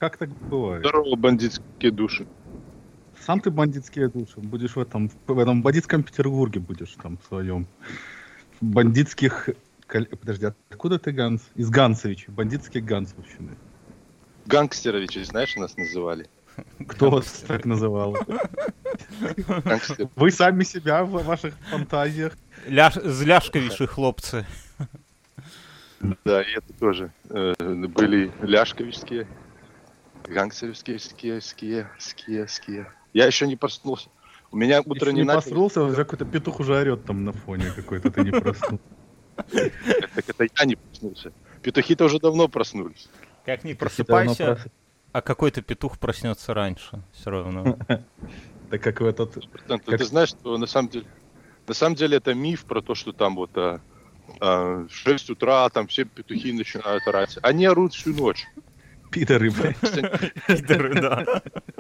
Как так бывает? Здорово, бандитские души. Сам ты бандитские души. Будешь в этом бандитском Петербурге будешь там в своем. Бандитских... Подожди, откуда ты, Ганс? Из Гансовичей. Бандитских Гансовщины. Гангстеровичи, знаешь, нас называли. Кто вас так называл? Гангстер. Вы сами себя в ваших фантазиях. Зляшковичи хлопцы. Да, и это тоже. Были ляшковичские, гангстеровские, ские. Я еще не проснулся. У меня утро Еще не не начало. проснулся, уже какой-то петух уже орет там на фоне какой-то, ты не проснулся. Так это я не проснулся. Петухи-то уже давно проснулись. Как ни просыпайся, а какой-то петух проснется раньше. Все равно. Так как в этот... Ты знаешь, что на самом деле это миф про то, что там вот в 6 утра там все петухи начинают орать. Они орут всю ночь. Пидоры, блядь. Пидоры, да.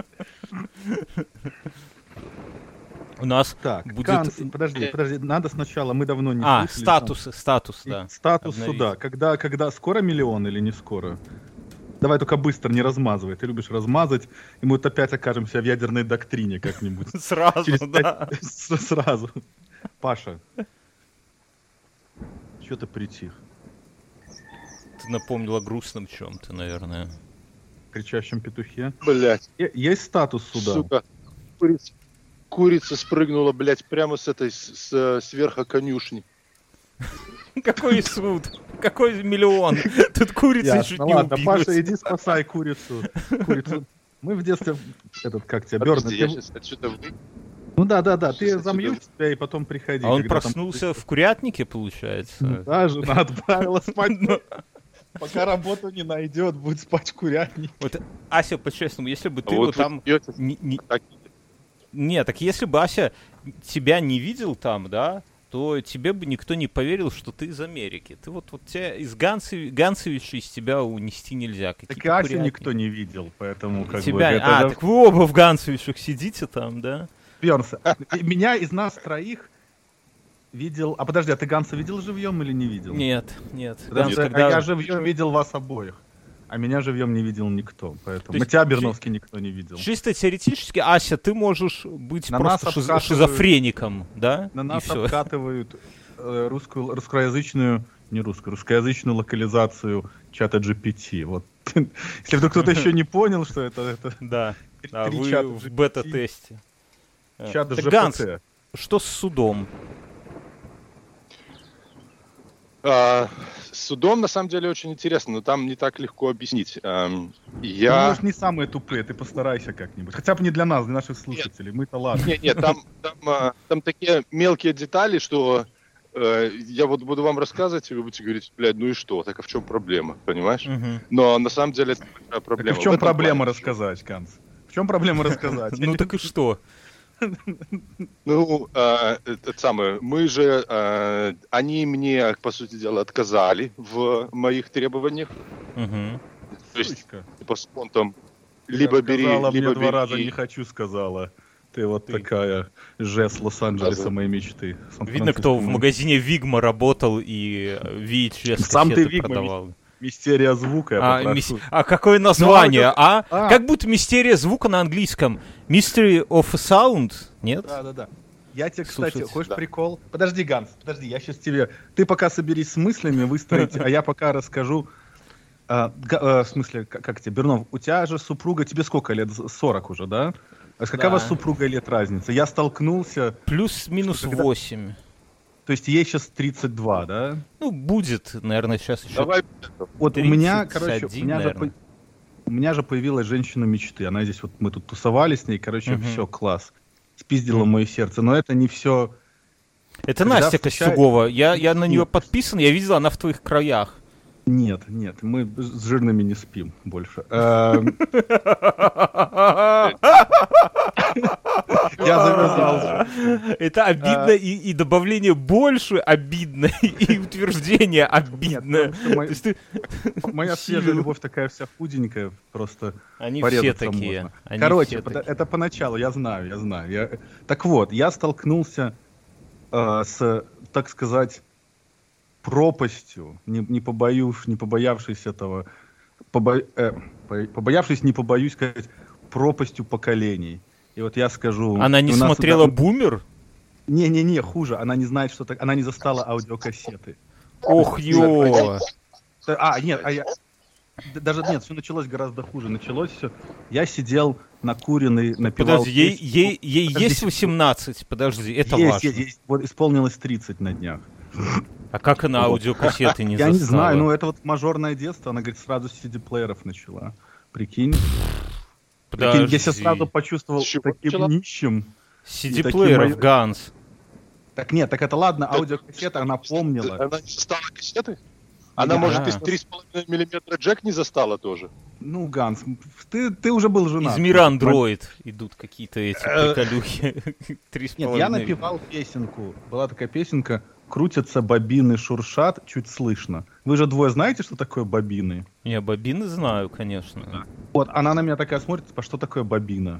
У нас Так, будет... Ганс, подожди, надо сначала, мы давно не слышали. Статус, да. Статус суда. Когда скоро миллион или не скоро? Давай только быстро, не размазывай. Ты любишь размазать, и мы вот опять окажемся в ядерной доктрине как-нибудь. Сразу, да. Сразу. Паша. Чё ты притих? Ты напомнил о грустном чем-то, наверное. Кричащем петухе? Блять. Есть статус суда? Сука. Курица спрыгнула, блядь, прямо с верха конюшни. Какой суд? Какой миллион? Тут курица чуть не ладно, убилась. Паша, иди спасай курицу. Мы в детстве... как тебя, Подожди, я Бёрн? сейчас отсюда Ну да, ты Сейчас замьють себя и потом приходи. А он когда там- проснулся в курятнике, получается? Да, жена отправила спать. Пока работу не найдет, будет спать в курятнике. Вот, Ася, по-честному, если бы ты вот вот там... вы Нет, так если бы Ася тебя не видел там, да, то тебе бы никто не поверил, что ты из Америки. Ты вот тебя из Ганцевича из тебя унести нельзя. Так и Какие-то Асю курятники. никто не видел, поэтому как Тебя... бы... это так вы оба в Ганцевичах сидите там, да? Бёрнс, меня из нас троих видел... А подожди, а ты Ганса видел живьем или не видел? Нет. Подожди, Ганс, а когда... я живьем видел вас обоих. А меня живьем не видел никто, поэтому... То есть Тебя, Берновский, никто не видел. Чисто теоретически, Ася, ты можешь быть На просто нас обкатывают- шизофреником, да? На И нас всё. обкатывают русскоязычную, русскоязычную локализацию чата GPT. Вот. Если вдруг кто-то еще не понял, что это Да, три вы чата в GPT. бета-тесте. Чат Так, GPT. Ганс, что с судом? С судом, на самом деле, очень интересно, но там не так легко объяснить. Ну, мы же не самые тупые, ты постарайся как-нибудь. Хотя бы не для нас, для наших слушателей. Мы-то ладно. Нет, там такие мелкие детали, что я вот буду вам рассказывать, и вы будете говорить, блядь, ну и что? Так а в чем проблема, понимаешь? Но на самом деле это большая Так проблема. и в чем этом проблема плане. рассказать, Ганс? В чем проблема рассказать? Ну так и что? Ну, это самое, мы же, они мне, по сути дела, отказали в моих требованиях. Мгм. То есть, Сучка. типа, с понтом, либо бери, Сказала либо мне 2 раза бери. не хочу, сказала. Ты вот такая жест Лос-Анджелеса Да. моей мечты. Видно, кто в магазине Вигма работал и VHS Сам ты кассеты Вигма, продавал. Мистерия звука, я попрошу. Какое название, а? Как будет мистерия звука на английском? Mystery of Sound? Нет? Да. Я тебе, кстати, Слушайте, хочешь да. прикол? Подожди, Ганс, я сейчас тебе... Ты пока соберись с мыслями, выстроить, а я пока расскажу... В смысле, как тебе, Бернов, у тебя же супруга, тебе сколько лет? 40 уже, да? А какая у вас Да. супруга лет разница? Я столкнулся... Плюс-минус Когда- 8. То есть ей сейчас 32, да? Ну, будет, наверное, сейчас еще. Давай. Вот у меня, 31, короче, у наверное. меня же появилась женщина мечты. Она здесь вот, мы тут тусовались с ней, короче, Мгм. все, класс. Спиздила мое сердце. Но это не все... Это Когда Настя встречаю- Костюгова. Я на нее Нет. подписан, я видел, она в твоих краях. Нет, мы с жирными не спим больше. Я завязал же. Это обидно и добавление больше обидно, и утверждение обидное. Нет, потому что То есть ты- моя свежая любовь такая вся худенькая, просто Они все порезаться такие. можно. Они Короче, все такие. это поначалу, я знаю. Так вот, я столкнулся с, так сказать, пропастью, не побоявшись этого, побоявшись, не побоюсь сказать, пропастью поколений. И вот я скажу... Она не смотрела «Бумер»? Не-не-не, хуже. Она не знает, что так. Она не застала аудиокассеты. Ох, ё! Даже нет, все началось гораздо хуже. Началось все. Я сидел накуренный, напивал... Подожди, ей есть 18? Подожди, это важно. Есть. Вот исполнилось 30 на днях. А как она аудиокассеты не застала? Я не знаю, это вот мажорное детство. Она, говорит, сразу с CD-плееров начала. Прикинь. Подожди. Я себя сразу почувствовал таким нищим. CD-плееров, Ганс. Так нет, так это ладно, аудиокассета, она помнила. Она не застала кассеты? Она, может, из 3,5 мм джек не застала тоже? Ну, Ганс, ты уже был женат. Из мира Android идут какие-то эти приколюхи. 3,5. Нет, я напевал песенку. Была такая песенка «Крутятся бобины, шуршат, чуть слышно». Вы же двое знаете, что такое бобины? Не, бобины знаю, конечно. Вот, она на меня такая смотрит, типа, что такое бобина?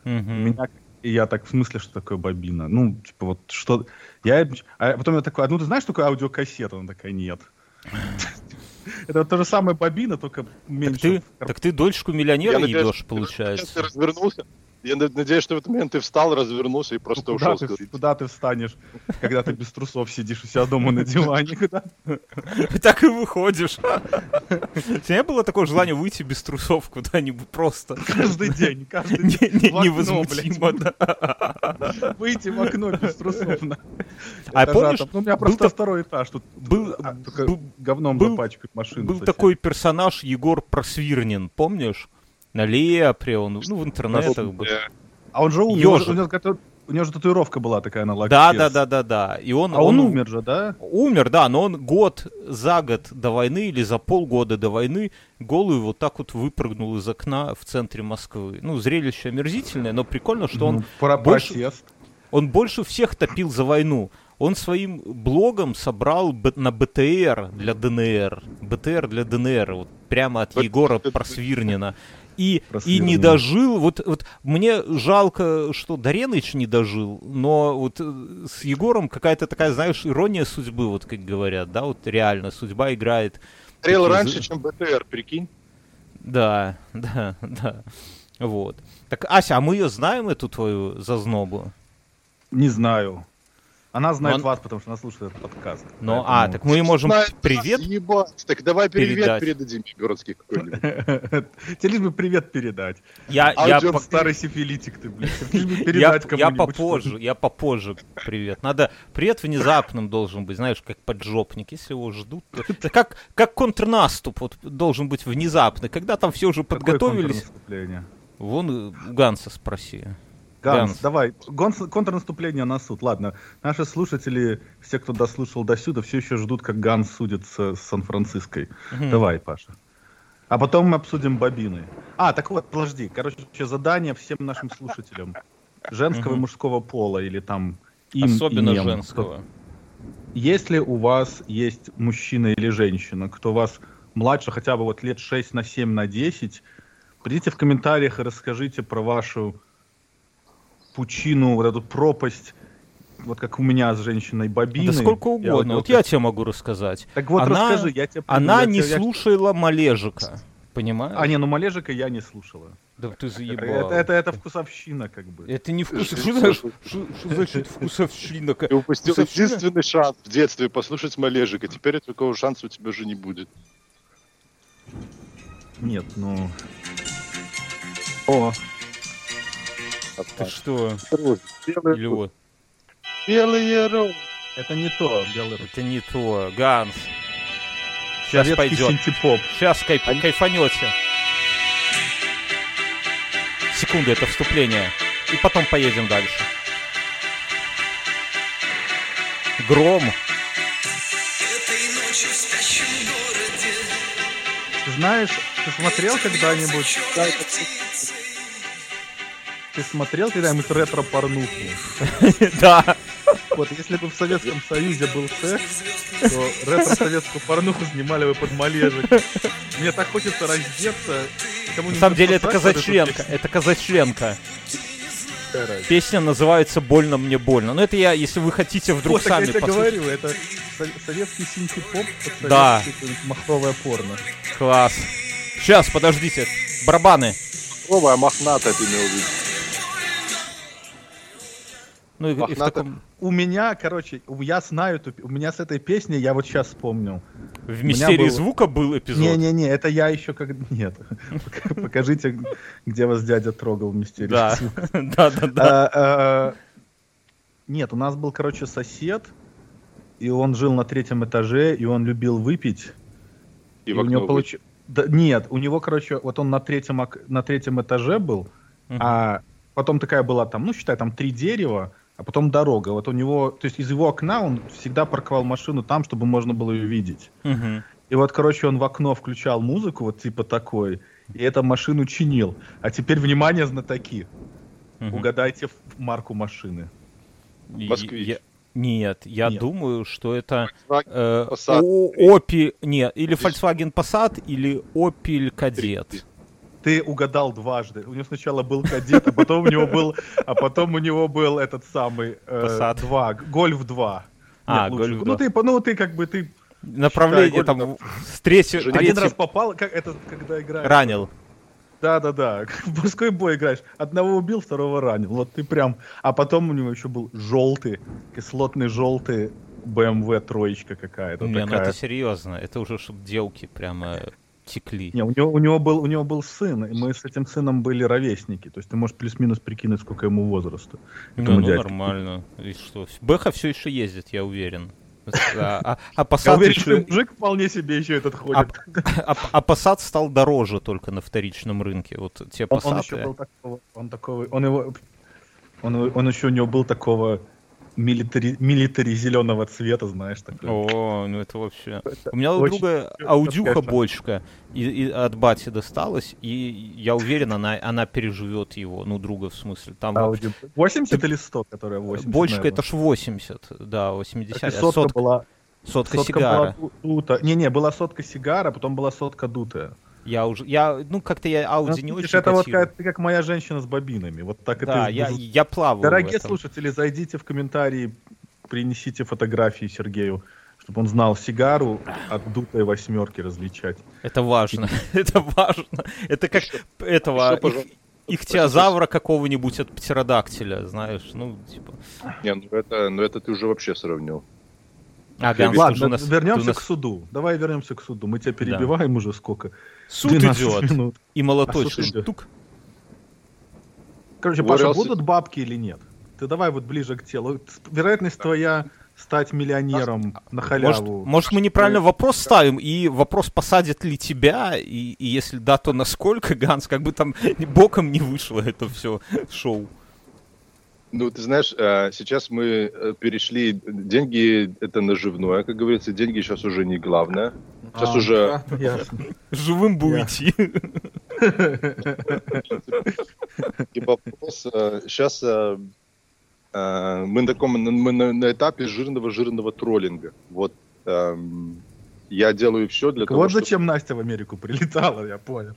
И я так, в смысле, что такое бобина? Ну, типа, вот, что... А потом я такой, ты знаешь, что такое аудиокассета? Она такая, нет. Это то же самое бобина, только меньше. Так ты дольшку миллионера ебешь, получается. Ты развернулся? Я надеюсь, что в этот момент ты встал, развернулся и просто ушел. Куда ты встанешь, когда ты без трусов сидишь у себя дома на диване? Так и выходишь. У тебя было такое желание выйти без трусов куда-нибудь просто? Каждый день. Невозмутимо, да. Выйти в окно без трусов. А помнишь? У меня просто второй этаж. Тут говном запачкают машину. Был такой персонаж Егор Просвирнин, помнишь? На Лепре, он, в интернетах был. А он же умер, у него же татуировка была такая на локте. Да. И он умер же, да? Умер, да, но он за год до войны или за полгода до войны голый вот так вот выпрыгнул из окна в центре Москвы. Зрелище омерзительное, но прикольно, что он больше всех топил за войну. Он своим блогом собрал на БТР для ДНР. БТР для ДНР, вот прямо от Егора Просвирнина. И не дожил, вот мне жалко, что Дареныч не дожил, но вот с Егором какая-то такая, знаешь, ирония судьбы, вот как говорят, да, вот реально судьба играет. Стрел раньше, чем БТР, прикинь. Да, вот. Так, Ася, а мы ее знаем, эту твою зазнобу? Не знаю. Она знает вас, потому что она слушает этот подкаст. Так мы ей можем привет так давай привет передадим городский какой-нибудь. Тебе лишь бы привет передать. Я старый сифилитик ты, блин. Лишь бы передать кому-нибудь. Я попозже привет. Надо привет внезапным должен быть, знаешь, как поджопник. Если его ждут, это как контрнаступ, вот должен быть внезапный. Когда там все уже подготовились. Вон у Ганса спроси. Ганс, давай, контрнаступление на суд. Ладно, наши слушатели, все, кто дослушал до сюда, все еще ждут, как Ганс судится с Сан-Франциской. Давай, Паша. А потом мы обсудим бобины. Так вот, подожди. Короче, задание всем нашим слушателям. Женского и мужского пола, или там им особенно и нем. женского. Если у вас есть мужчина или женщина, кто вас младше хотя бы вот лет 6 на 7 на 10, придите в комментариях и расскажите про вашу пучину, вот эту пропасть, вот как у меня с женщиной бобиной. Да сколько угодно. Вот я тебе могу рассказать. Так вот, расскажи, я тебе... Она не слушала Малежика, понимаешь? Малежика я не слушала. Да ты заебал. Это вкусовщина, как бы. Это не вкусовщина. Что значит вкусовщина? Ты упустил единственный шанс в детстве послушать Малежика. Теперь такого шанса у тебя уже не будет. Нет, Ты что? Или вот. Белые розы. Это не то, белый. Это не то. Ганс. Сейчас пойдет. Синтепоп. Сейчас кайфанете. Секунду, это вступление. И потом поедем дальше. Гром. Ты знаешь, ты смотрел когда-нибудь... Ты смотрел когда-нибудь ретро-порнуху? Да. Вот, если бы в Советском Союзе был секс, то ретро-советскую порнуху снимали бы под Малежик. Мне так хочется раздеться. На самом деле это казачленка. Это казачленка. Песня называется «Больно мне больно». Но это я, если вы хотите вдруг сами послушать. Я говорю, это советский синти-поп, да. Махровое порно. Класс. Сейчас, подождите. Барабаны. Новая мохнатая ты имел в виду. Ну, и в таком... У меня, короче, я знаю, у меня с этой песней, я вот сейчас вспомнил. В «Мистерии звука» был эпизод? Не-не-не, это я еще как... Нет. Покажите, где вас дядя трогал в «Мистерии звука». Да. Нет, у нас был, короче, сосед, и он жил на 3-м этаже, и он любил выпить. И в окно Нет, у него, короче, вот он на 3-м этаже был, а потом такая была там, ну, считай, там 3 дерева, а потом дорога. Вот у него, то есть из его окна он всегда парковал машину там, чтобы можно было ее видеть. И вот, короче, он в окно включал музыку, вот типа такой, и эту машину чинил. А теперь, внимание, знатоки. Угадайте марку машины. Москвич. Нет, я думаю, что это Passat. Нет, или Volkswagen Passat, или Opel Kadett. Ты угадал дважды. У него сначала был Кадет, а потом у него был этот самый Гольф 2. Гольф 2. Ну ты как бы ты направление там с третьего. Один раз попал, как это когда играешь. Ранил. Да. В морской бой играешь. Одного убил, второго ранил. Вот ты прям. А потом у него еще был желтый, кислотный желтый BMW троечка какая-то. Не, ну это серьезно. Это уже чтобы девки прямо текли. Не, у него был сын, и мы с этим сыном были ровесники. То есть ты можешь плюс-минус прикинуть, сколько ему возраста. Ну нормально. И что? Бэха все еще ездит, я уверен. А Passat я уверен, что мужик вполне себе еще этот ходит. А Passat стал дороже только на вторичном рынке. Вот те Passat. Он еще был такого, он еще у него был такого милитари зеленого цвета, знаешь, такой. О, ну это вообще. У меня у друга аудюха бочка и от бати досталась, и я уверен, она переживет его, ну друга в смысле. Там 80 или 100, которая 80? Бочка, наверное. Это ж 80, да, 80. Сотка была... Сотка сигара. Не, была сотка сигара, потом была сотка дутая. Как-то я Ауди не очень это котирую. вот как моя женщина с бобинами. Вот так да, это. Я плаваю. Дорогие слушатели, зайдите в комментарии, принесите фотографии Сергею, чтобы он знал сигару от дутой 8 различать. Это важно. Это важно. Это как этого ихтиозавра какого-нибудь от птеродактиля, знаешь, ну типа. Не, ну это ты уже вообще сравнил. Ладно, вернемся к суду. Давай вернемся к суду. Мы тебя перебиваем уже сколько? Суд идет. Минут. И молоточек. Короче, Паша, будут бабки или нет? Ты давай вот ближе к телу. Вероятность твоя стать миллионером на халяву. Может мы неправильно вопрос ставим, и вопрос, посадят ли тебя, и если да, то насколько, Ганс, как бы там боком не вышло это все шоу. Ну, ты знаешь, сейчас мы перешли, деньги это наживное, как говорится, деньги сейчас уже не главное. Сейчас уже... Живым будете. Вопрос, сейчас мы на этапе жирного троллинга. Вот я делаю все для того, вот зачем Настя в Америку прилетала, я понял.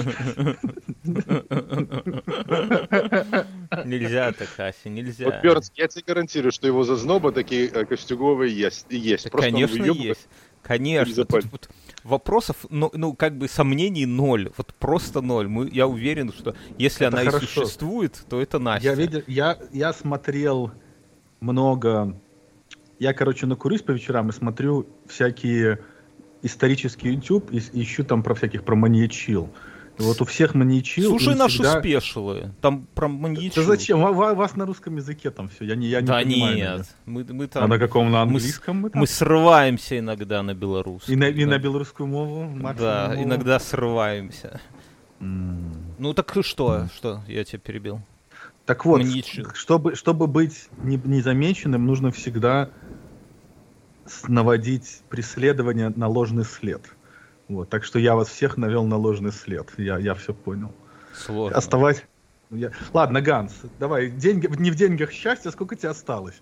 Нельзя так, Ася, нельзя. Вот, Бёрнс, я тебе гарантирую, что его зазноба такие костюговые есть. Просто конечно, есть. Конечно. Тут вопросов, ну, как бы сомнений ноль. Вот просто ноль. Я уверен, что если это она и существует, то это Настя. Я смотрел много... Я, короче, накурюсь по вечерам и смотрю всякие исторический YouTube и ищу там про маньячил. И вот у всех маньячил... Слушай наши спешилы. Там про маньячил. Да зачем? У вас на русском языке там все. Я не да понимаю. Нет. Мы там... А на каком? На английском? Мы срываемся иногда на белорусском. И на белорусскую мову? Да, иногда срываемся. Ну так что? Что? Я тебя перебил. Так вот, чтобы быть незамеченным, нужно всегда наводить преследование на ложный след. Вот, так что я вас всех навел на ложный след. Я все понял. Сложно. Ладно, Ганс, давай, не в деньгах счастье, сколько тебе осталось?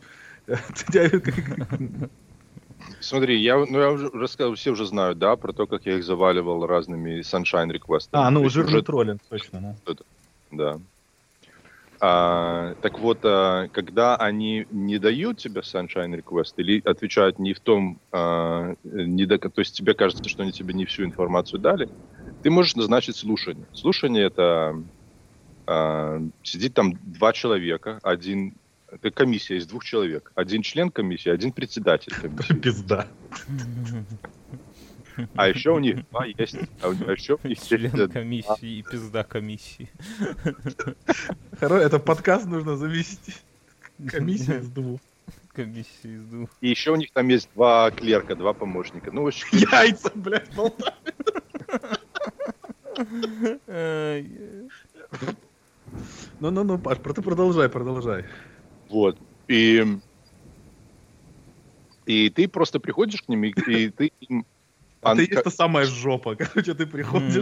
Смотри, я уже рассказал, все уже знают, да, про то, как я их заваливал разными sunshine реквестами. жирный троллинг, точно. Да. Так вот, когда они не дают тебе Sunshine Request или отвечают не в том, то есть тебе кажется, что они тебе не всю информацию дали, ты можешь назначить слушание. Слушание — это сидит там 2 человека, это комиссия из 2 человек. 1 член комиссии, 1 председатель комиссии. Пизда. А еще у них 2 есть. А еще у них член комиссии и пизда комиссии. Это подкаст нужно завести. Комиссия из 2. Комиссия из 2. И еще у них там есть 2 клерка, 2 помощника. Ну, очень... Яйца, блядь, болтают. Ну, Паш, ты продолжай. Вот. И ты просто приходишь к ним, и ты им... Ты есть та самая жопа. Короче, ты приходишь...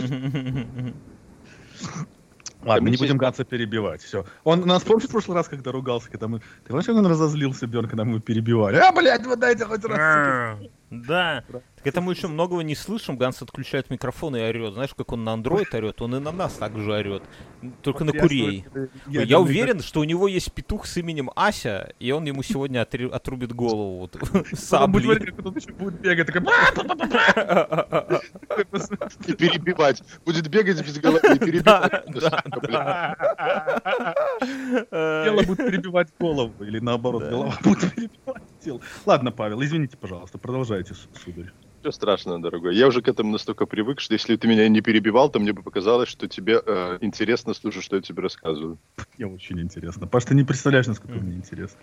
Ладно, не будем Ганса перебивать. Все. Он нас помнит в прошлый раз, когда ругался, когда мы... Ты помнишь, как он разозлился, Бёрн, когда мы его перебивали? Блядь, вы дайте хоть раз. Да. Так это мы еще многого не слышим. Ганс отключает микрофон и орет. Знаешь, как он на Android орет, он и на нас так же орет. Только на курей. Я уверен, что у него есть петух с именем Ася, и он ему сегодня отрубит голову. Саблей. Будет, как он еще будет бегать, такой... И перебивать. Будет бегать без головы и перебивать. Тело будет перебивать голову, или наоборот, голова будет перебивать тело. Ладно, Павел, извините, пожалуйста, продолжайте, сударь. Ничего страшного, дорогой. Я уже к этому настолько привык, что если ты меня не перебивал, то мне бы показалось, что тебе интересно слушать, что я тебе рассказываю. Мне очень интересно. Паш, ты не представляешь, насколько мне интересно.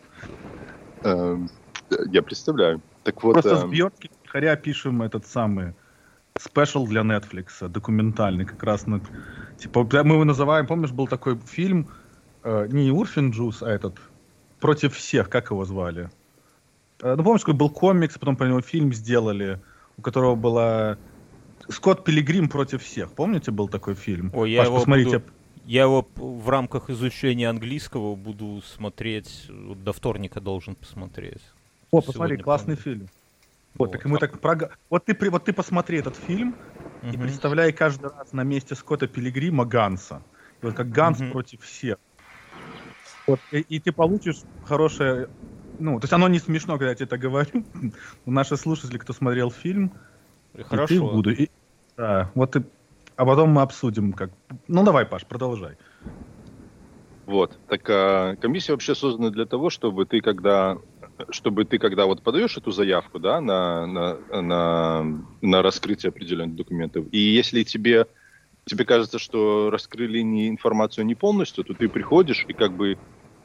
Я представляю. Так вот, просто с Бьёрки Харя пишем этот самый спешл для Netflix, документальный, как раз на... Типа, мы его называем, помнишь, был такой фильм, не Урфин Джюс, а этот, «Против всех», как его звали? Ну, помнишь, какой был комикс, потом по нему фильм сделали, у которого была Скотт Пилигрим против всех. Помните, был такой фильм? Ой, Паш, посмотрите. Я его в рамках изучения английского буду смотреть, до вторника должен посмотреть. О, посмотри, классный фильм. Вот, так и мы так вот ты посмотри этот фильм и представляй каждый раз на месте Скотта Пилигрима Ганса. И вот как Ганс против всех. Вот, и ты получишь хорошее... Ну, то есть оно не смешно, когда я тебе это говорю. У наших слушателей, кто смотрел фильм, хорошо. И ты буду. Да, вот и... А потом мы обсудим, как... Ну, давай, Паш, продолжай. Вот. Так комиссия вообще создана для того, чтобы ты, когда вот подаешь эту заявку, да, на раскрытие определенных документов, и если тебе кажется, что раскрыли информацию не полностью, то ты приходишь и как бы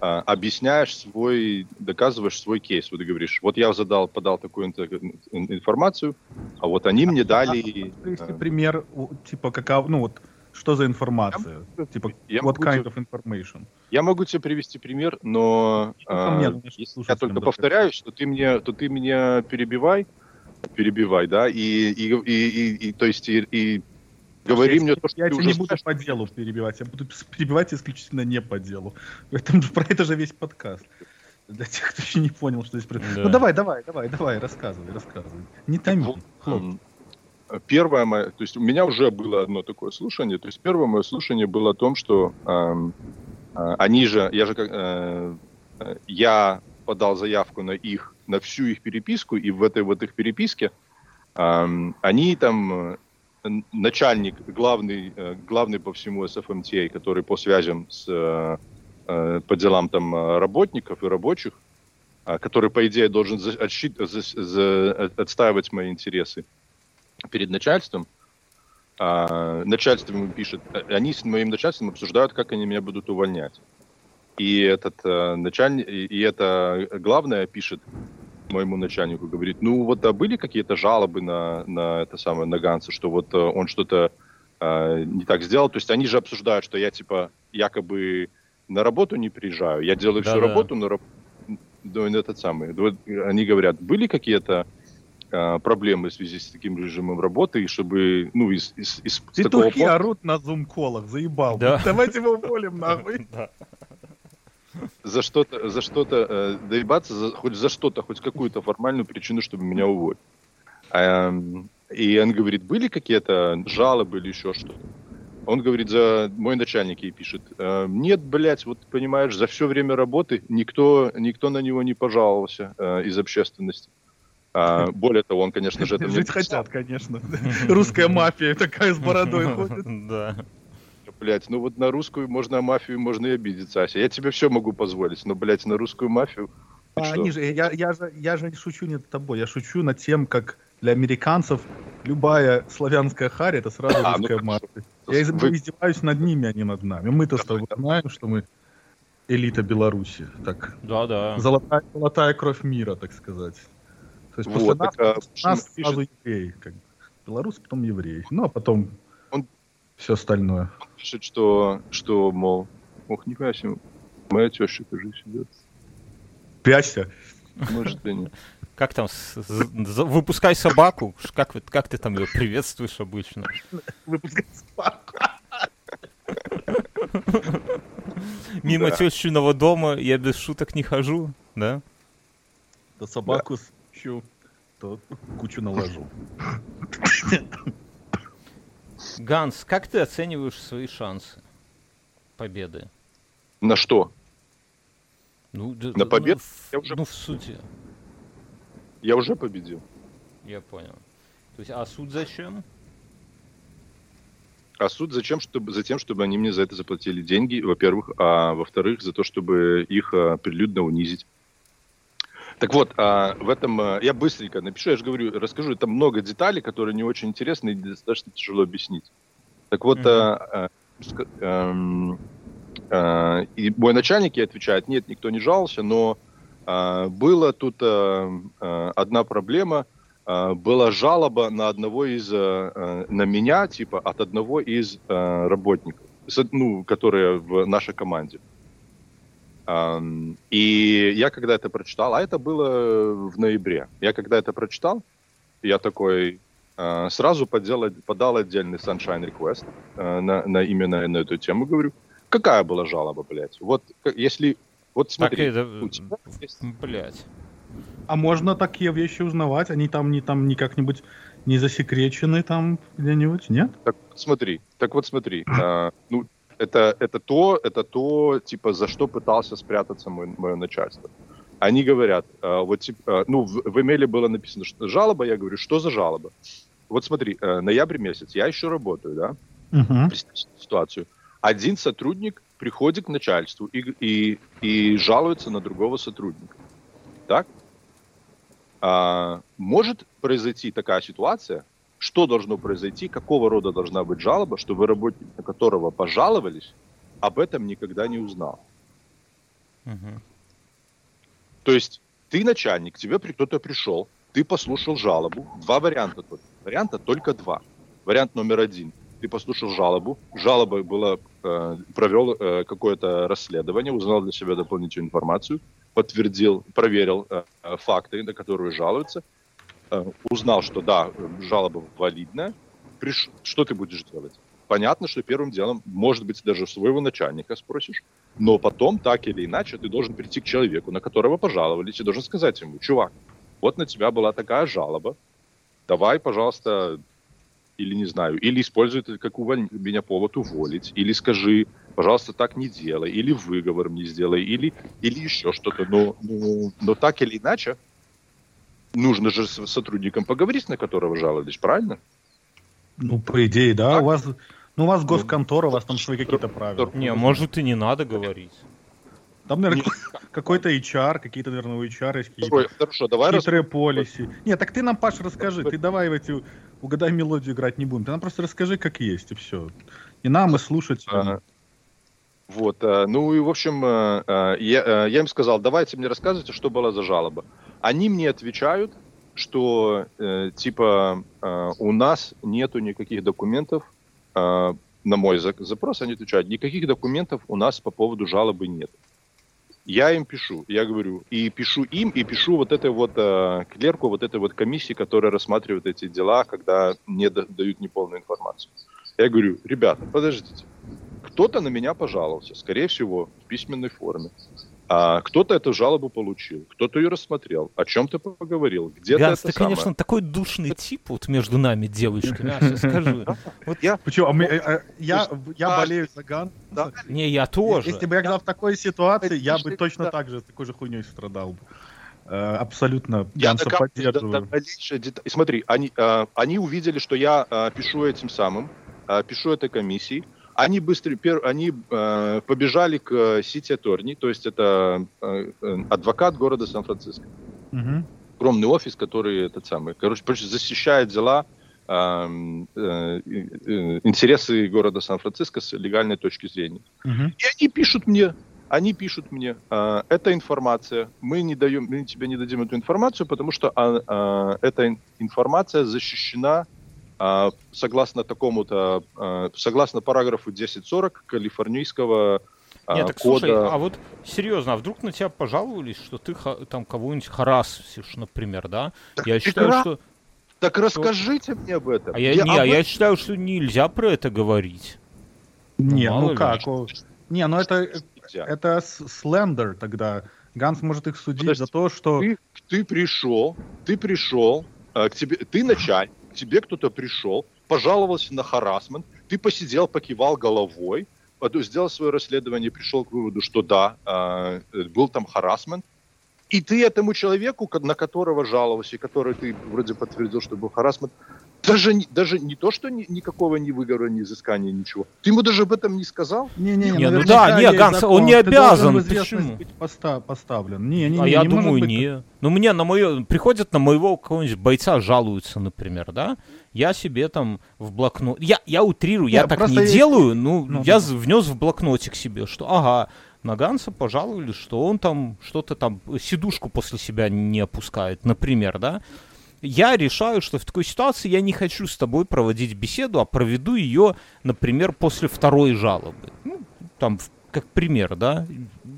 доказываешь свой кейс. Вот ты говоришь, вот я подал такую информацию, а вот они мне дали... Привести пример, типа, что за информация? Типа, what kind of information? Я могу тебе привести пример, но я только повторяю, что ты меня перебивай, да, и то есть и говори мне то, что я ты тебя уже не буду по делу перебивать, я буду перебивать исключительно не по делу. Про это же весь подкаст. Для тех, кто еще не понял, что здесь происходит. Ну давай, рассказывай. Не томи. Первое мое, то есть у меня уже было одно такое слушание, то есть первое мое слушание было о том, что я подал заявку на всю их переписку, и в этой вот их переписке они там начальник, главный по всему SFMTA, который по связям по делам там работников и рабочих, который, по идее, должен отстаивать мои интересы перед начальством. Начальство ему пишет, они с моим начальством обсуждают, как они меня будут увольнять. И этот начальник, и это главное пишет моему начальнику, говорит, ну вот были какие-то жалобы на Ганса, что вот он что-то не так сделал. То есть они же обсуждают, что я типа якобы на работу не приезжаю, я делаю всю работу, но они говорят, были какие-то проблемы в связи с таким режимом работы, и чтобы, ну, из такого... Петухи орут на зум-колах, заебал. Да. Давайте его уволим, нахуй. За что-то доебаться, хоть какую-то формальную причину, чтобы меня уволить. И он говорит, были какие-то жалобы или еще что-то? Он говорит, мой начальник ей пишет, нет, блядь, вот понимаешь, за все время работы никто на него не пожаловался из общественности. Более того, он, конечно же, это мне Жить хотят, конечно. Русская мафия такая с бородой ходит. Да. Блядь, ну вот на русскую можно мафию, можно и обидеться, Ася. Я тебе все могу позволить, но, блядь, на русскую мафию... Я же шучу не над тобой, я шучу над тем, как для американцев любая славянская харя — это сразу русская мафия. Я издеваюсь над ними, а не над нами. Мы-то с тобой знаем, что мы элита Беларуси. Так, Да. Золотая кровь мира, так сказать. То есть после нас сразу евреи. Как бы. Белорус, потом евреи. Ну, а потом все остальное. Он пишет, что мол, нихуя себе, моя теща тоже сидит. Пяся. Может, и нет. Как там, выпускай собаку? Как ты там ее приветствуешь обычно? Выпускай собаку. Мимо тещиного дома я без шуток не хожу, да? То собаку сущу, то кучу наложу. Ганс, как ты оцениваешь свои шансы победы? На что? На победу? В суде. Я уже победил. Я понял. То есть, а суд зачем? А суд зачем? За тем, чтобы они мне за это заплатили деньги, во-первых, а во-вторых, за то, чтобы их прилюдно унизить. Так вот, в этом я быстренько напишу, я же говорю, расскажу, там много деталей, которые не очень интересны и достаточно тяжело объяснить. Так вот, и мой начальник ей отвечает, нет, никто не жаловался, но была тут одна проблема, была жалоба на на меня, типа, от одного из работников, которые в нашей команде. И я когда это прочитал, а это было в ноябре, я когда это прочитал, я такой сразу подал отдельный Sunshine Request именно на эту тему, говорю, какая была жалоба, блядь? Вот если... Вот смотри, у тебя есть... Блядь. А можно такие вещи узнавать? Они там не как-нибудь не засекречены там где-нибудь, нет? Так вот смотри. Это то, типа, за что пытался спрятаться мое начальство. Они говорят, в имейле было написано, что жалоба, я говорю, что за жалоба? Вот смотри, ноябрь месяц, я еще работаю, да? Представь ситуацию. Один сотрудник приходит к начальству и жалуется на другого сотрудника. Так? Может произойти такая ситуация, что должно произойти, какого рода должна быть жалоба, чтобы работник, на которого пожаловались, об этом никогда не узнал. То есть ты начальник, к тебе кто-то пришел, ты послушал жалобу, два варианта только. Варианта только два. Вариант номер один. Ты послушал жалобу, жалоба была, провел какое-то расследование, узнал для себя дополнительную информацию, подтвердил, проверил факты, на которые жалуются, узнал, что да, жалоба валидная, что ты будешь делать? Понятно, что первым делом, может быть, даже своего начальника спросишь, но потом, так или иначе, ты должен прийти к человеку, на которого пожаловались, и должен сказать ему, чувак, вот на тебя была такая жалоба, давай, пожалуйста, или не знаю, или используй это как меня повод уволить, или скажи, пожалуйста, так не делай, или выговор мне сделай, или еще что-то, но так или иначе, нужно же с сотрудником поговорить, на которого жаловались, правильно? Ну, по идее, да. Так? У вас госконтора, у вас там свои какие-то правила. Не, может, и не надо говорить. Там, наверное, какой-то HR, какие-то, наверное, у HR есть какие-то хорошо, давай хитрые полиси. Нет, так ты нам, Паш, расскажи. Ты давай в эти «Угадай мелодию» играть не будем. Ты нам просто расскажи, как есть, и все. И нам, и слушателям. Вот, ну и, в общем, я им сказал, давайте мне рассказывайте, что была за жалоба. Они мне отвечают, что, типа, у нас нету никаких документов, на мой запрос они отвечают, никаких документов у нас по поводу жалобы нет. Я им пишу, я говорю, и пишу им, и пишу вот этой вот клерку, вот этой вот комиссии, которая рассматривает эти дела, когда не дают неполную информацию. Я говорю, ребята, подождите, кто-то на меня пожаловался, скорее всего, в письменной форме. Кто-то эту жалобу получил, кто-то ее рассмотрел, о чем-то поговорил, где-то Ганс, это ты, самое. конечно, такой душный тип вот между нами, девочками, я сейчас скажу. Вот Почему? Я болею за Ганса. не, я тоже. Если бы я был в такой ситуации, я бы точно так же такой же хуйней страдал бы. Абсолютно Ганса поддерживаю. И смотри, они увидели, что я пишу этим самым, пишу этой комиссии. Они побежали к City Attorney, то есть это адвокат города Сан-Франциско. Огромный офис, который защищает дела, интересы города Сан-Франциско с легальной точки зрения. И они пишут мне, эта информация, мы тебе не дадим эту информацию, потому что эта информация защищена согласно параграфу 10.40 калифорнийского Нет, так кода. слушай, а вот серьезно, а вдруг на тебя пожаловались, что ты там кого-нибудь харассишь, например, да? Я считаю, что... Так расскажите мне об этом. Я считаю, что нельзя про это говорить. Не, ну как? Не, ну это слендер тогда. Ганс может их судить за то, что... Ты пришел, к тебе, ты начальник, к тебе кто-то пришел, пожаловался на харассмент, ты посидел, покивал головой, сделал свое расследование, пришел к выводу, что да, был там харассмент, и ты этому человеку, на которого жаловался, и который ты вроде подтвердил, что был харассмент, даже не то, что никакого ни выговора, ни изыскания, ничего. Ты ему даже об этом не сказал? Ганс, он не обязан. Почему? Быть поставлен. Я думаю, не. Ну, мне приходят на моего какого-нибудь бойца, жалуются, например, да? Я себе там в блокнот... Я утрирую, я так не делаю, я внес в блокнотик себе, что на Ганса пожаловали, что он там что-то там, сидушку после себя не опускает, например, да? Я решаю, что в такой ситуации я не хочу с тобой проводить беседу, а проведу ее, например, после второй жалобы. Ну, там, как пример, да?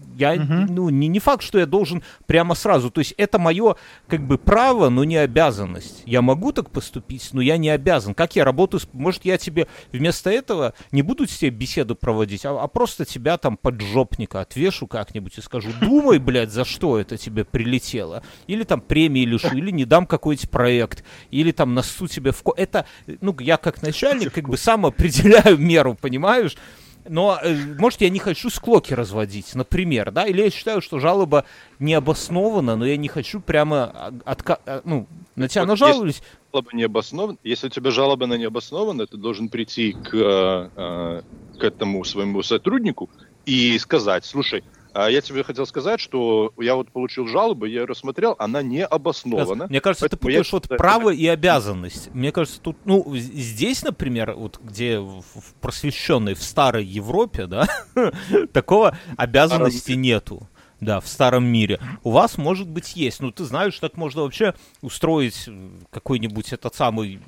Не факт, что я должен прямо сразу. То есть это мое, как бы, право, но не обязанность. Я могу так поступить, но я не обязан. Как я работаю? Может, я тебе вместо этого не буду с тебе беседу проводить, а просто тебя там поджопника отвешу как-нибудь и скажу: думай, блядь, за что это тебе прилетело. Или там премии лишу, или не дам какой-нибудь проект, или там насу тебе в... Это, я как начальник как бы сам определяю меру, понимаешь? Но, может, я не хочу склоки разводить, например, да? Или я считаю, что жалоба не обоснована, но я не хочу прямо на тебя нажаловались. Если у тебя жалоба не обоснована, ты должен прийти к этому своему сотруднику и сказать: слушай, я тебе хотел сказать, что я вот получил жалобу, я ее рассмотрел, она не обоснована. Мне кажется, ты путаешь право и обязанность. Мне кажется, тут, здесь, например, вот где в просвещенной, в старой Европе, да, такого обязанности нету. Да, в старом мире. У вас, может быть, есть. Ты знаешь, так можно вообще устроить какой-нибудь этот самый...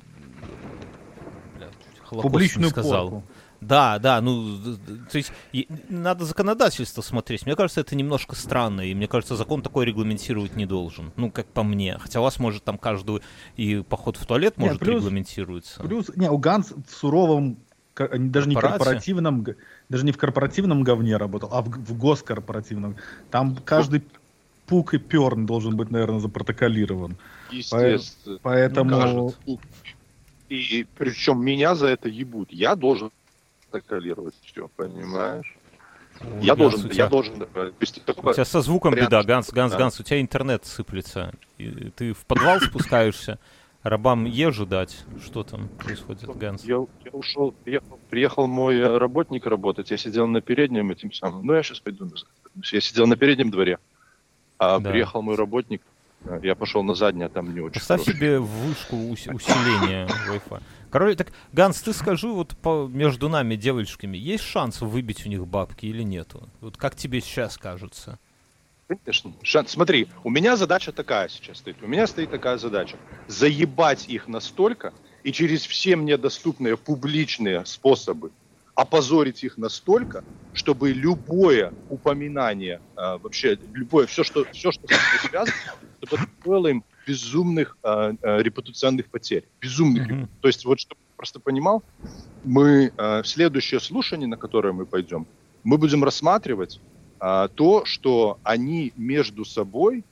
публичную порку. Да, то есть надо законодательство смотреть. Мне кажется, это немножко странно, и мне кажется, закон такой регламентировать не должен. Как по мне. Хотя у вас, может, там каждый и поход в туалет может регламентируется. У Ганс в суровом, даже не корпоративном, даже не в корпоративном говне работал, а в госкорпоративном. Там каждый пук и перн должен быть, наверное, запротоколирован. Естественно. Поэтому... И причем меня за это ебут. Я должен протоколировать все, понимаешь? Я должен. У тебя со звуком беда, Ганс, у тебя интернет сыплется. Ты в подвал спускаешься, рабам ежу дать. Что там происходит, Ганс? Я ушел, приехал мой работник работать, я сидел на переднем этим самым. Я сейчас пойду назад. Я сидел на переднем дворе, приехал мой работник, я пошел на задний, а там не очень. Поставь себе вышку усиления Wi-Fi. Короче, так, Ганс, ты скажи, вот между нами, девочками, есть шанс выбить у них бабки или нету? Вот как тебе сейчас кажется? Конечно. Смотри, у меня задача такая сейчас стоит. У меня стоит такая задача. Заебать их настолько и через все мне доступные публичные способы опозорить их настолько, чтобы любое упоминание, вообще любое, все, что с этим связано, чтобы это стоило им безумных репутационных потерь. Безумных. То есть, вот чтобы ты просто понимал, мы в следующее слушание, на которое мы пойдем, мы будем рассматривать то, что они между собой,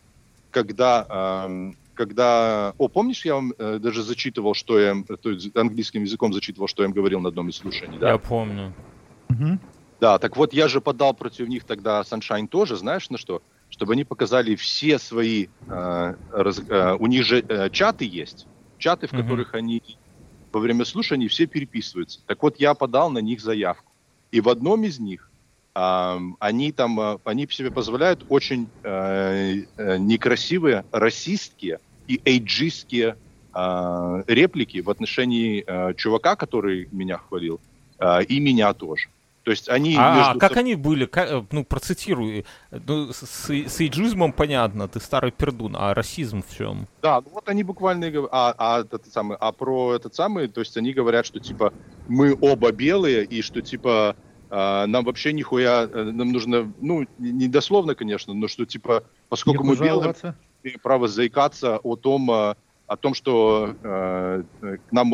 помнишь, я вам даже зачитывал, что я, то есть английским языком зачитывал, что я им говорил на одном из слушаний, да? Я помню. Да, так вот, я же подал против них тогда Sunshine тоже, знаешь, на что? Чтобы они показали все свои, у них же чаты есть, чаты, в которых они во время слушаний все переписываются. Так вот, я подал на них заявку. И в одном из них они себе позволяют очень некрасивые расистские и эйджистские реплики в отношении чувака, который меня хвалил, и меня тоже. То есть они как они были? Процитируй. С эйджизмом понятно, ты старый пердун, а расизм в чем? Да, вот они буквально говорят, то есть они говорят, что типа мы оба белые, и что типа нам вообще нихуя, нам нужно, не дословно, конечно, но что типа, поскольку мы белые, имеем право заикаться о том, что к нам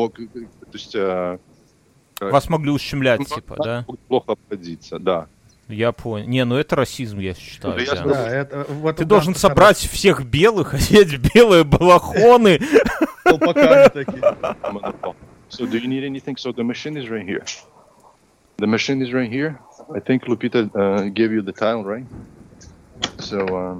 вас могли ущемлять, типа, да? Плохо обходиться, да. Я понял. Это расизм, я считаю. Ты должен собрать всех белых, одеть белые балахоны. Колпаками такие. So do you need anything? So the machine is right here. The machine is right here. I think Lupita gave you the tile, right? So,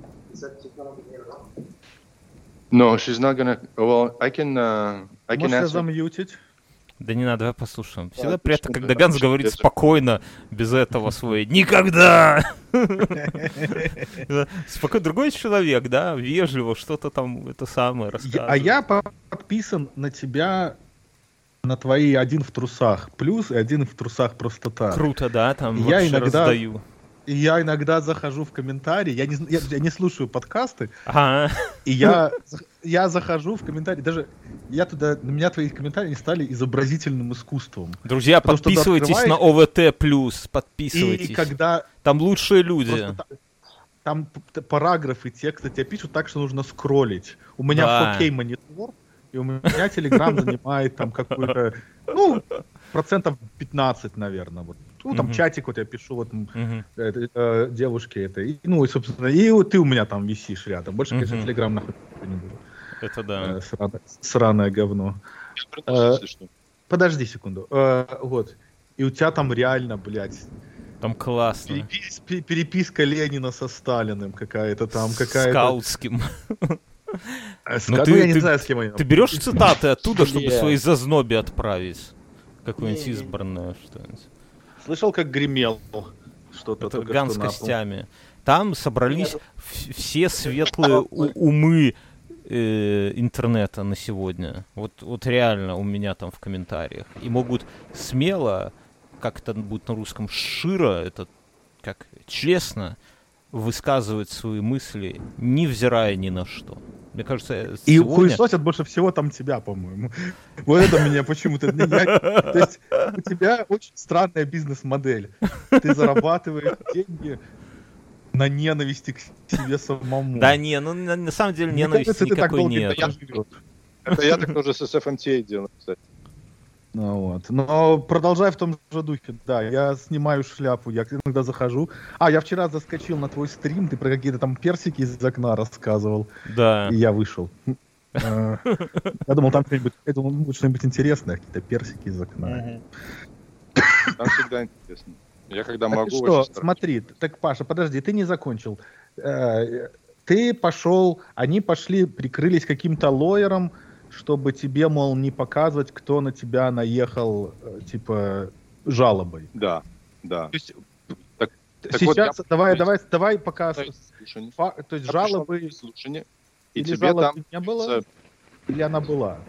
no, she's not gonna. Well, I can answer. Замьютить? Да не надо, давай послушаем. Всегда приятно, когда Ганс говорит спокойно, без этого свой «Никогда!». Спокойно, другой человек, да, вежливо, что-то там это самое рассказывает. А я подписан на тебя, на твои «Один в трусах» плюс и «Один в трусах» просто так. Круто, да, там я вообще раздаю. Я иногда захожу в комментарии, я не слушаю подкасты, и я захожу в комментарии, даже на меня твои комментарии стали изобразительным искусством. Друзья, подписывайтесь на ОВТ+, подписывайтесь. И когда... Там лучшие люди. Там параграфы текста тебе пишут так, что нужно скроллить. У меня 4K монитор, и у меня Telegram занимает там какую-то, процентов 15, наверное, вот. Там чатик вот я пишу вот девушке этой. И, собственно, и вот ты у меня там висишь рядом. Больше, конечно, Телеграм находится не буду. Это да. Сраное говно. Подожди секунду. Вот. И у тебя там реально, блядь... Там классно. Переписка Ленина со Сталиным какая-то там. Скаутским. Я не знаю, с кем они. Ты берешь цитаты оттуда, чтобы свои зазнобе отправить? Какое-нибудь избранное что-нибудь. Слышал, как гремел что-то? Это Ганс с костями. Там собрались все светлые умы интернета на сегодня. Вот реально у меня там в комментариях. И могут смело, как это будет на русском, широ, это как честно высказывать свои мысли, невзирая ни на что. Мне кажется, и хуесосят больше всего там тебя, по-моему. Вот это меня почему-то... То есть у тебя очень странная бизнес-модель. Ты зарабатываешь деньги на ненависти к себе самому. Да не, на самом деле ненависти никакой нет. Это я так тоже с SFMTA делаю, кстати. Но продолжай в том же духе. Да, я снимаю шляпу, я иногда захожу. Я вчера заскочил на твой стрим, ты про какие-то там персики из окна рассказывал. Да. И я вышел. Я думал, там будет что-нибудь интересное, какие-то персики из окна. Там всегда интересно. Я когда могу... Что, смотри, так, Паша, подожди, ты не закончил. Ты пошел, они пошли, прикрылись каким-то лоером, чтобы тебе, мол, не показывать, кто на тебя наехал, типа, жалобой. Да. То есть, сейчас, давай пока... То есть жалобы... И или тебе жалобы там... не было, или она была?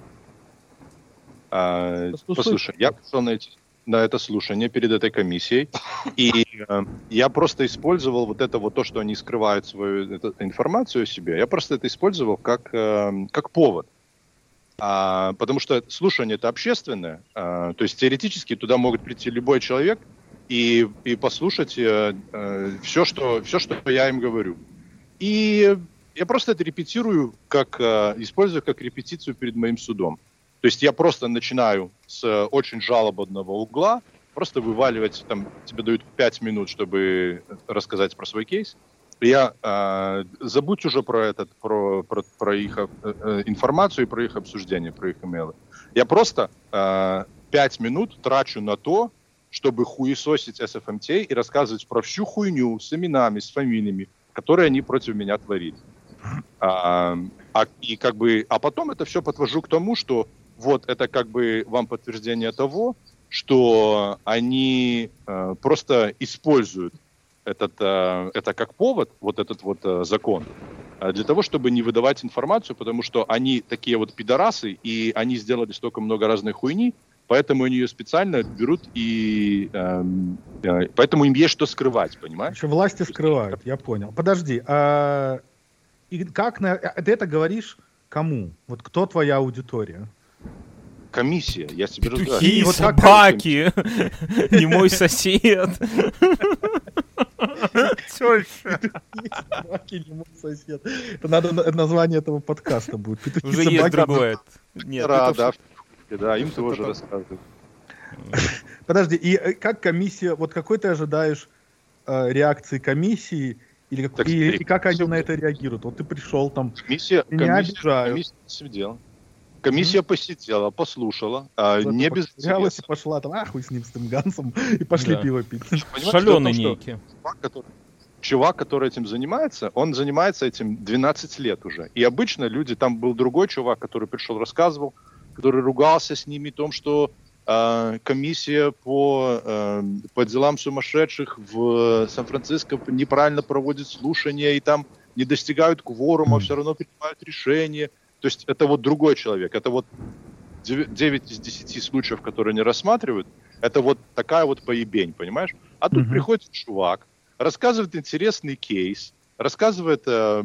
Послушай, я пошел на это слушание перед этой комиссией, и я просто использовал вот это вот то, что они скрывают свою информацию о себе, я просто это использовал как повод. Потому что слушание это общественное, то есть теоретически туда могут прийти любой человек и послушать все, что я им говорю. И я просто это репетирую, использую как репетицию перед моим судом. То есть я просто начинаю с очень жалобного угла, просто вываливать, там, тебе дают 5 минут, чтобы рассказать про свой кейс. Забудь уже про их информацию и про их обсуждение, про их имейлы. Я просто 5 минут трачу на то, чтобы хуесосить SFMTA и рассказывать про всю хуйню с именами, с фамилиями, которые они против меня творили. А потом это все подвожу к тому, что вот это как бы вам подтверждение того, что они просто используют это как повод, вот этот вот закон, для того, чтобы не выдавать информацию, потому что они такие вот пидорасы, и они сделали столько много разной хуйни, поэтому они ее специально берут, и поэтому им есть что скрывать, понимаешь? Еще власти скрывают, я понял. Подожди, и как ты это говоришь кому? Вот кто твоя аудитория? Комиссия, я тебе Петухи, рассказываю. вот как собаки, не мой сосед. Собаки, не мой сосед. Это надо название этого подкаста будет. Петухи, Уже есть собаки. другое. Нет, это Да, им тоже рассказывают. Подожди, и как комиссия, вот какой ты ожидаешь реакции комиссии, и как они на это реагируют? Вот ты пришел там, меня обижают. Комиссия сидела. Комиссия посидела, послушала, не без интереса. И пошла там, хуй с ним, с тем Гансом, и пошли пиво пить. Шаленый некий. Чувак, который этим занимается, он занимается этим 12 лет уже. И обычно люди, там был другой чувак, который пришел, рассказывал, который ругался с ними о том, что комиссия по делам сумасшедших в Сан-Франциско неправильно проводит слушания, и там не достигают кворума, все равно принимают решения. То есть это вот другой человек. Это вот 9 из 10 случаев, которые они рассматривают, это вот такая вот поебень, понимаешь? А тут приходит чувак, рассказывает интересный кейс, рассказывает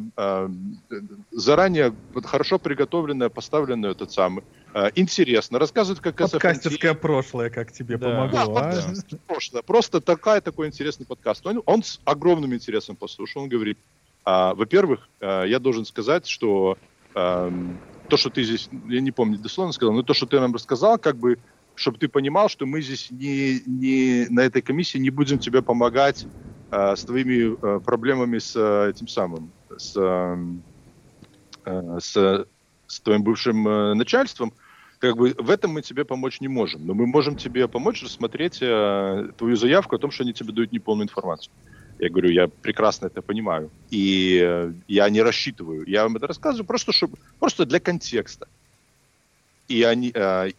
заранее хорошо приготовленное, поставленное интересно, рассказывает, как подкастерское прошлое, как тебе помогло. Прошлое. Просто такой интересный подкаст. Он с огромным интересом послушал. Он говорит, во-первых, я должен сказать, что то, что ты здесь, я не помню дословно сказал, но то, что ты нам рассказал, как бы, чтобы ты понимал, что мы здесь не на этой комиссии не будем тебе помогать с твоими проблемами с этим самым, с твоим бывшим начальством. Как бы в этом мы тебе помочь не можем, но мы можем тебе помочь рассмотреть твою заявку о том, что они тебе дают неполную информацию. Я говорю, я прекрасно это понимаю. И я не рассчитываю. Я вам это рассказываю просто для контекста. И они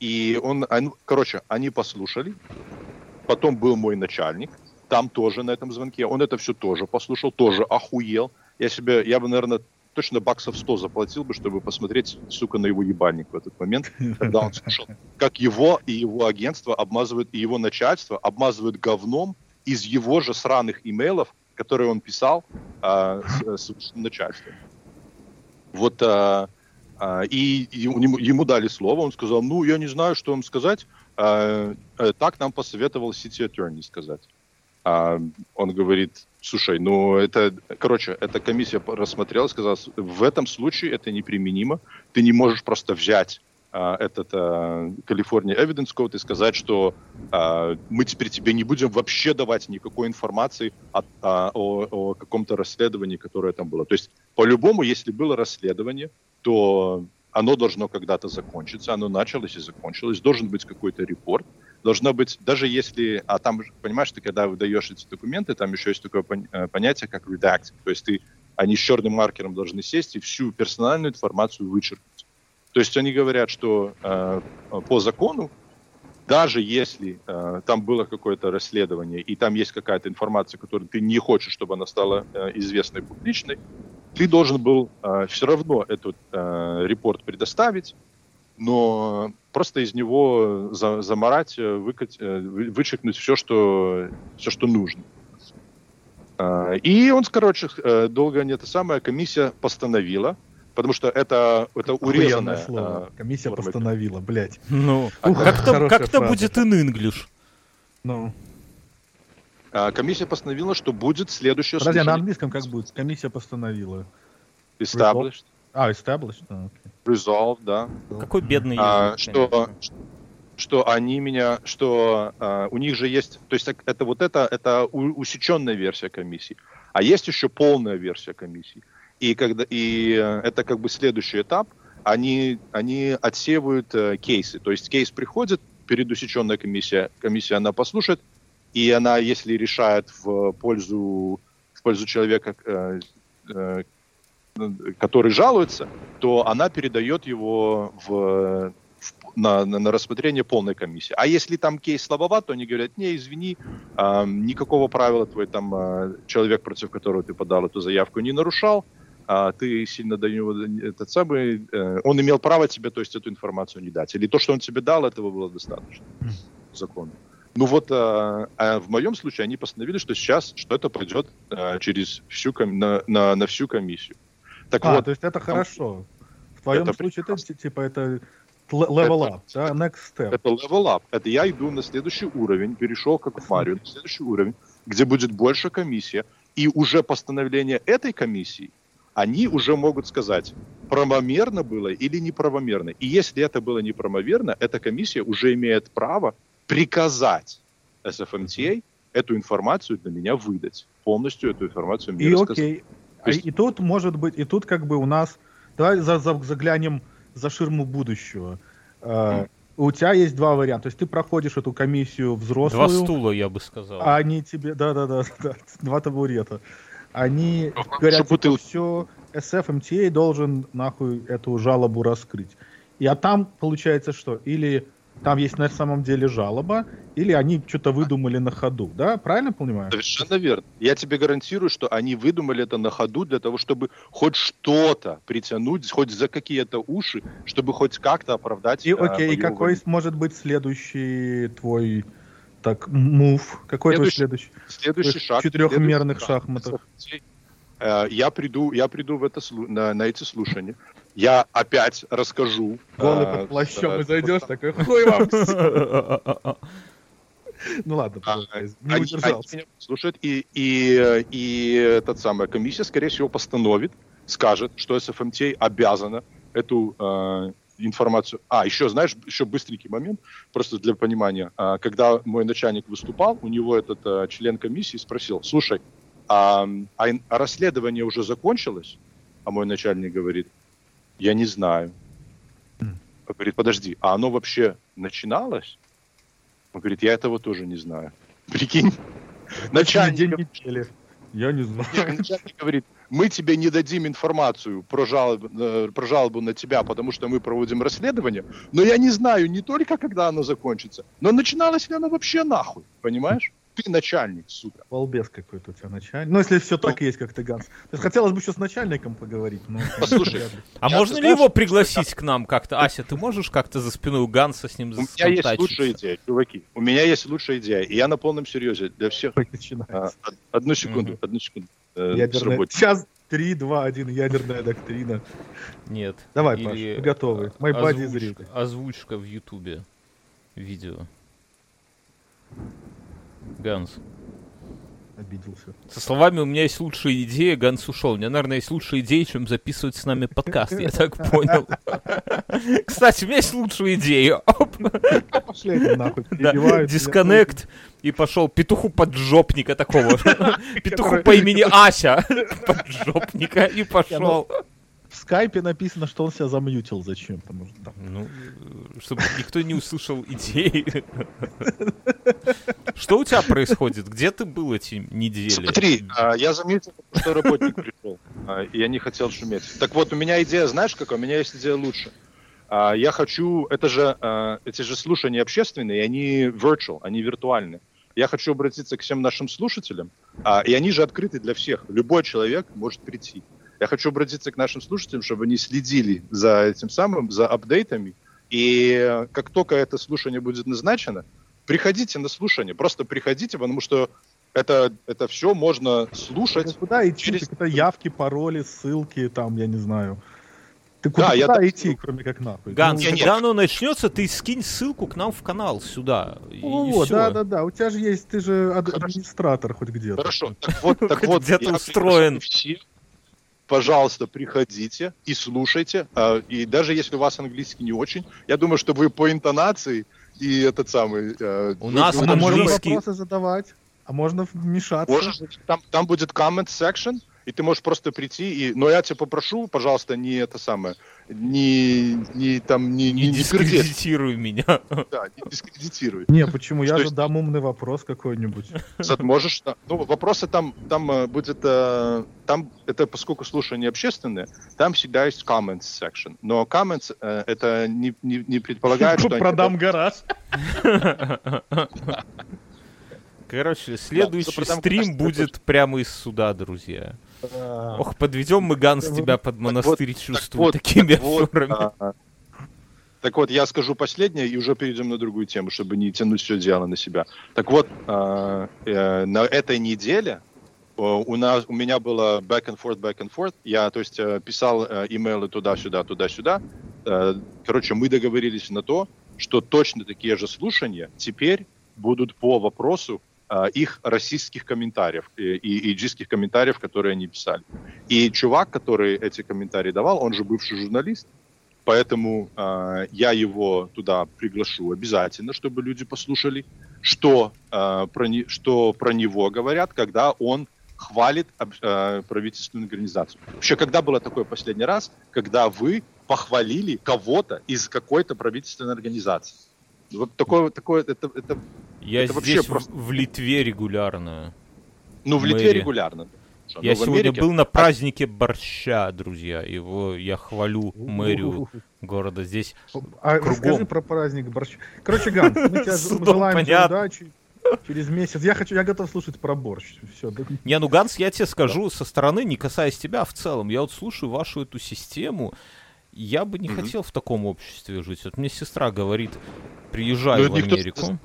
послушали. Потом был мой начальник. Там тоже на этом звонке. Он это все тоже послушал, тоже охуел. Я бы, наверное, точно баксов 100 заплатил бы, чтобы посмотреть, сука, на его ебальник в этот момент, когда он слушал, как его и его агентство обмазывают, и его начальство обмазывают говном из его же сраных имейлов, которые он писал с начальством. Вот, и ему дали слово, он сказал, я не знаю, что вам сказать, так нам посоветовал City Attorney сказать. Он говорит, слушай, эта комиссия рассмотрела, сказала, в этом случае это неприменимо, ты не можешь просто взять этот California Evidence Code и сказать, что мы теперь тебе не будем вообще давать никакой информации о каком-то расследовании, которое там было. То есть, по-любому, если было расследование, то оно должно когда-то закончиться, оно началось и закончилось, должен быть какой-то репорт, должно быть, даже если, там, понимаешь, ты когда выдаешь эти документы, там еще есть такое понятие, как redacting, то есть они с черным маркером должны сесть и всю персональную информацию вычеркнуть. То есть они говорят, что по закону, даже если там было какое-то расследование, и там есть какая-то информация, которую ты не хочешь, чтобы она стала известной, публичной, ты должен был все равно этот репорт предоставить, но просто из него замарать, вычеркнуть все, что нужно. И он, долго комиссия постановила, потому что это урезанное слово. Комиссия постановила, блядь. Как-то будет in English. Комиссия постановила, что будет следующее слушание. Подожди, на английском как будет? Комиссия постановила. Established. Established? Resolved, да. Какой бедный язык. что у них же есть, то есть это усеченная версия комиссии, а есть еще полная версия комиссии. И это как бы следующий этап, они отсеивают кейсы. То есть кейс приходит, перед усеченной комиссия она послушает, и она, если решает в пользу человека, который жалуется, то она передает его на рассмотрение полной комиссии. А если там кейс слабоват, то они говорят: не, извини, никакого правила твой там человек, против которого ты подал эту заявку, не нарушал, ты сильно до него он имел право тебе, то есть, эту информацию не дать. Или то, что он тебе дал, этого было достаточно закону. Ну вот, в моем случае они постановили, что это пойдет через на всю комиссию. Так вот, то есть это хорошо. В твоем случае это типа это level up, да, next step. Это level up. Это я иду на следующий уровень, перешел как в Марио, на следующий уровень, где будет больше комиссия, и уже постановление этой комиссии они уже могут сказать, правомерно было или неправомерно. И если это было неправомерно, эта комиссия уже имеет право приказать SFMTA эту информацию для меня выдать. Полностью эту информацию мне рассказать. Окей. И тут, может быть, и тут как бы у нас... Давай заглянем за ширму будущего. У тебя есть два варианта. То есть ты проходишь эту комиссию взрослую. 2 стула, я бы сказал. А они тебе... Да. 2 табурета. Они говорят, что все, SFMTA должен нахуй эту жалобу раскрыть. А там получается что? Или там есть на самом деле жалоба, или они что-то выдумали на ходу, да? Правильно понимаю? Совершенно верно. Я тебе гарантирую, что они выдумали это на ходу для того, чтобы хоть что-то притянуть, хоть за какие-то уши, чтобы хоть как-то оправдать. И какой может быть следующий твой... Так, мув. Какой твой следующий? Следующий шаг. В четырехмерных шахматах. Я приду на эти слушания. Я опять расскажу. Голый под плащом и зайдешь, такой: хуй вам. Ну ладно, не удержался. Они меня слушают, и комиссия, скорее всего, постановит, скажет, что SFMTA обязана эту информацию. Еще, знаешь, еще быстренький момент, просто для понимания. Когда мой начальник выступал, у него этот член комиссии спросил: слушай, а расследование уже закончилось? А мой начальник говорит: я не знаю. Он говорит: подожди, а оно вообще начиналось? Он говорит: я этого тоже не знаю. Прикинь? Начальник недели. Я не знаю. Начальник говорит: мы тебе не дадим информацию про жалобу на тебя, потому что мы проводим расследование, но я не знаю не только, когда оно закончится, но начиналось ли оно вообще нахуй, понимаешь? Ты начальник, сука. Балбес какой-то у тебя начальник. Ну, если все так и есть, как ты, Ганс. То есть хотелось бы еще с начальником поговорить. Но... Послушай. А можно ли его пригласить к нам как-то? Ася, ты можешь как-то за спиной у Ганса с ним сконтачиться? У меня есть лучшая идея, чуваки. У меня есть лучшая идея. И я на полном серьезе для всех. Одну секунду. Сейчас 3, 2, 1, ядерная доктрина. Нет. Давай, Паш, мы готовы. My body is ready. Озвучка в Ютубе. Видео. Ганс. Обиделся. Со словами: у меня есть лучшая идея, Ганс ушел. У меня, наверное, есть лучшая идея, чем записывать с нами подкаст, я так понял. Кстати, у меня есть лучшая идея. Пошли нахуй, перебивают. Дисконнект. И пошел петуху поджопника такого. Петуху по имени Ася. Поджопника. И пошел. В скайпе написано, что он себя замьютил зачем-то. Ну, чтобы никто не услышал идеи. Что у тебя происходит? Где ты был эти недели? Смотри, я заметил, что работник пришел, и я не хотел шуметь. Так вот, у меня идея, знаешь какая? У меня есть идея лучше. Я хочу, эти же слушания общественные, они virtual, они виртуальные. Я хочу обратиться к всем нашим слушателям, и они же открыты для всех. Любой человек может прийти. Я хочу обратиться к нашим слушателям, чтобы они следили за этим самым, за апдейтами. И как только это слушание будет назначено, приходите на слушание. Просто приходите, потому что это все можно слушать. Куда идти? Это явки, пароли, ссылки, там, я не знаю. Ты куда идти, кроме как нахуй? Ганс, когда оно начнется, ты скинь ссылку к нам в канал сюда. О, да. У тебя же есть, ты же администратор хоть где-то. Хорошо. Так вот, где-то устроен. Пожалуйста, приходите и слушайте. И даже если у вас английский не очень, я думаю, что вы по интонации и этот самый... У нас А можно английский... вопросы задавать, а можно вмешаться. Можешь, там будет comment section, и ты можешь просто прийти, но я тебя попрошу, пожалуйста, не это самое, не Не дискредитируй меня. Да, не дискредитируй. Не, почему? Я Что же есть? дам умный вопрос какой-нибудь. Можешь, ну, вопросы там будет, там, это поскольку слушания общественные, там всегда есть comments section, но comments это не предполагает, что... Продам гараж. Короче, следующий стрим будет прямо из суда, друзья. Ох, подведем мы, Ганс, тебя под монастырь, чувствую, такими аферами. Так вот, я скажу последнее, и уже перейдем на другую тему, чтобы не тянуть все дело на себя. Так вот, на этой неделе у меня было back and forth. Я, то есть, писал имейлы туда-сюда. Короче, мы договорились на то, что точно такие же слушания теперь будут по вопросу их российских комментариев и иджистских комментариев, которые они писали. И чувак, который эти комментарии давал, он же бывший журналист, поэтому я его туда приглашу обязательно, чтобы люди послушали, что про него говорят, когда он хвалит правительственную организацию. Вообще, когда было такое последний раз, когда вы похвалили кого-то из какой-то правительственной организации? Вот такое это я это здесь просто... в Литве регулярно. Ну, в Литве регулярно. Я сегодня был на празднике борща, друзья. Я хвалю мэрию города здесь. Расскажи про праздник борща. Короче, Ганс, мы тебе желаем удачи. Через месяц. Я готов слушать про борщ. Все. Не, ну, Ганс, я тебе скажу со стороны, не касаясь тебя, а в целом. Я вот слушаю вашу эту систему. Я бы не хотел в таком обществе жить. Вот мне сестра говорит, приезжай в Америку.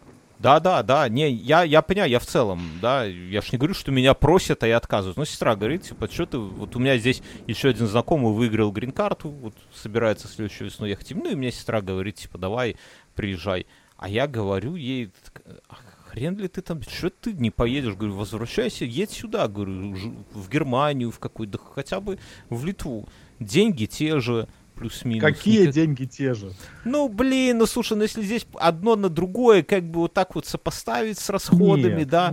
Да, не, я понимаю, я в целом, да, я ж не говорю, что меня просят, а я отказываюсь. Но сестра говорит, типа, что ты, вот у меня здесь еще один знакомый выиграл грин-карту, вот собирается следующую весну ехать. Ну, и мне сестра говорит, типа, давай, приезжай. А я говорю ей, хрен ли ты там, что ты не поедешь? Говорю, возвращайся, едь сюда, говорю, в Германию, в какую-то, хотя бы в Литву. Деньги те же, плюс-минус. Какие деньги те же? Ну, блин, ну, слушай, ну, если здесь одно на другое, как бы вот так вот сопоставить с расходами, нет, да?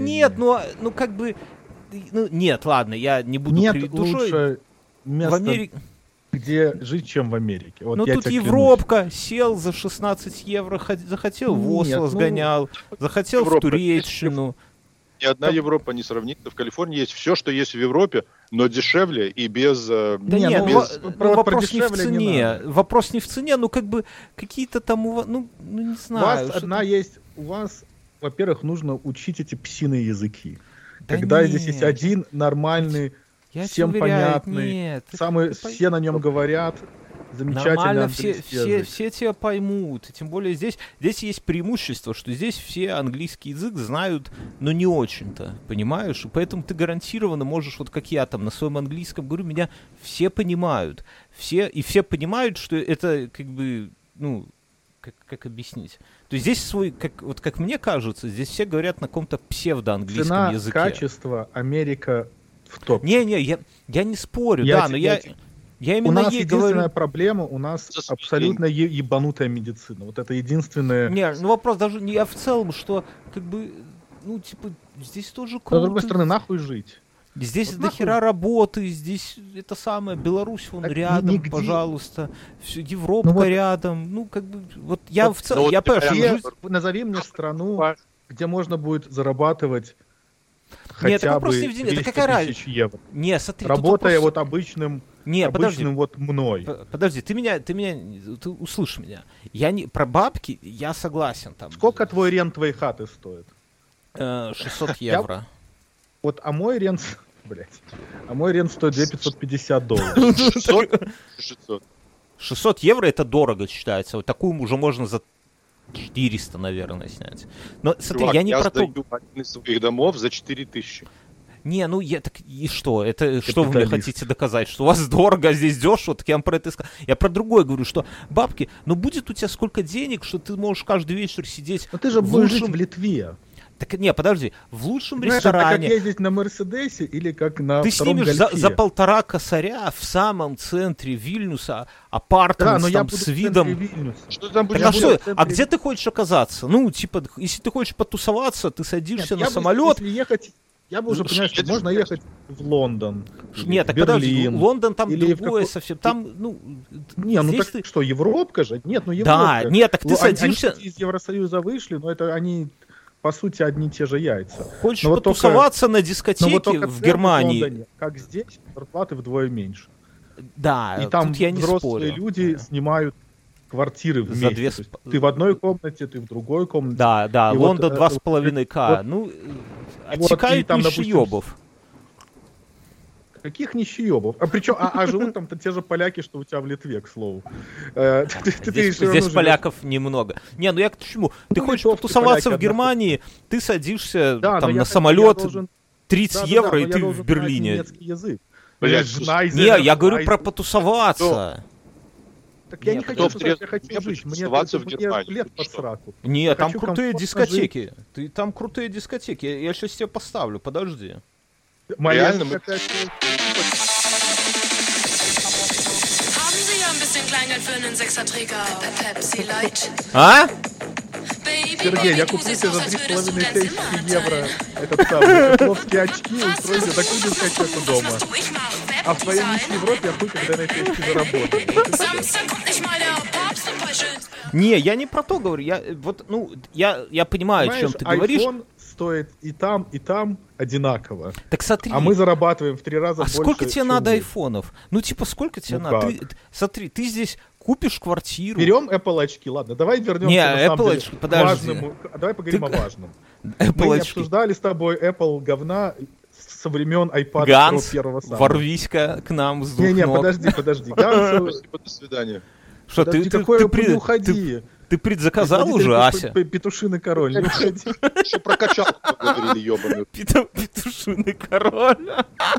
Ну, как бы, ну, нет, ладно, я не буду кривить душой. Лучше место, в Америке... где жить, чем в Америке. Вот ну, тут Европка, сел за 16 евро, захотел в Осло сгонял, захотел в Туреччину. Ни одна Европа не сравнится. В Калифорнии есть все, что есть в Европе, но дешевле и без... Да нет, вопрос не в цене. Вопрос не в цене, ну, как бы, какие-то там, ну не знаю. У вас, во-первых, нужно учить эти псиные языки. Когда здесь есть один нормальный, всем понятный, все на нем говорят, замечательно. Нормально, все тебя поймут. Тем более здесь есть преимущество, что здесь все английский язык знают, но не очень-то, понимаешь? И поэтому ты гарантированно можешь, вот как я там на своем английском говорю, меня все понимают. Все понимают, что это как бы, ну, как объяснить? То есть здесь как мне кажется, здесь все говорят на каком-то псевдоанглийском языке. Цена, качество, Америка в топ. Не, я не спорю, но я именно у нас единственная говорю... проблема, у нас абсолютно ебанутая медицина. Вот это единственное... Не, ну вопрос даже не в целом, что как бы, ну типа, здесь тоже круто. С другой стороны, нахуй жить. Здесь вот дохера работы, здесь это самое, Беларусь вон рядом, нигде... пожалуйста, все, Европа рядом, ну как бы, вот я в целом, я понимаю, назови мне страну, где можно будет зарабатывать хотя бы 200 тысяч евро. Не, смотри, работая вот обычным... подожди, вот мной. Подожди, ты услышь меня. Я не про бабки, я согласен там. Сколько твой рент твоей хаты стоит? 600 евро. Вот, а мой рент стоит $2550. 600 евро это дорого считается. Вот такую уже можно за 400, наверное, снять. Но смотри, Чувак, я не про то. Я сдаю один из своих домов за 4000. Не, ну я так и что? Это что вы мне хотите доказать? Что у вас дорого, а здесь дешево? Так я вам про это сказал. Я про другое говорю, что бабки, ну будет у тебя сколько денег, что ты можешь каждый вечер сидеть. Но ты же будешь жить в Литве. Так, не, подожди, в лучшем Понимаешь, это как ресторане ездить на Мерседесе или как на ты втором снимешь Гольфе. за 1,5 косаря в самом центре Вильнюса Да, апартмент но я там буду с в центре видом... Вильнюса. Что ты там Так, будешь а буду что, делать? в центре где ты хочешь оказаться? Ну, типа, если ты хочешь потусоваться, ты садишься Нет, на я бы, самолет. если ехать, я бы уже Ну, понимаю, что едешь можно в ехать в Лондон. или Нет, в так подожди, Берлин. Лондон там или в другое какой- совсем. Там, ну, Не, ну здесь так ты... что, Европка же? Нет, ну Да, Европка. нет, так ты Они, садишься, кстати, из Евросоюза вышли, но это они, по сути, одни и те же яйца. хочешь но вот потусоваться на Но дискотеке вот только в цены Германии. Лондоне, как здесь, зарплаты вдвое меньше. Да, И там тут я не взрослые спорю. люди снимают квартиры За вместе. две То есть сп- ты в одной комнате, ты в другой комнате. Да, да, И Лондон вот, 2,5К. вот- Ну, и отсекают там, допустим, нищеёбов. Каких нищеёбов? А причем, живут там те же поляки, что у тебя в Литве, к слову. Здесь, здесь поляков немного. Не, ну я к чему? Ты хочешь литовцы, потусоваться поляки в Германии, ты садишься Да, но там я на хочу- самолет, я должен- 30 Да-да-да, евро, но и я ты должен в знать Берлине. немецкий язык. Блядь, Не, я говорю про потусоваться. Так я не Нет, хочу кто тусоваться, я мне хочу жить. Мне тусоваться в мне Германии? лет под Что? сраку. Не, Я там хочу крутые комфортно дискотеки. Там крутые дискотеки. Я сейчас тебе поставлю, подожди. Моя Реально, мы- дискотека- Haben Sie ja ein bisschen Kleingeld für einen Sechserträger Pepsi Light? А? Baby, Сергей, я du куплю siehst тебе aus, за als würdest du 3,5 dein Zimmer тысячи евро teilen. этот самый плоские очки и Was устрою тебе hast такую du дискотеку Was дома. machst du? Ich mach А в твоей нищей Webdesign. Европе я хуй когда на эти очки заработаю. Samstag kommt nicht mal der Papst in Schönsberg. Не, я не про то говорю. Я понимаю, о чем Понимаешь, ты говоришь. iPhone стоит и там одинаково. Так смотри. А мы зарабатываем в 3 раза А больше. сколько тебе чем надо вы. айфонов? Ну, типа, сколько тебе Ну надо? как? Смотри, ты здесь купишь квартиру. Берем Apple очки, ладно, давай вернемся Не, на самом Apple деле очки, к подожди. важному. Давай поговорим о важном. Apple Мы не очки. обсуждали с тобой Apple говна со времен iPad Ганс, Pro первого самого. ворвись-ка к нам с двух Не-не, ног. подожди. Гансу, Спасибо, до свидания. Что, подожди, какой не уходи. ты предзаказал Ты уже, смотри, Ася? Петушиный король, не уходи. Еще про качалку говорили, ебаную. Петушиный король.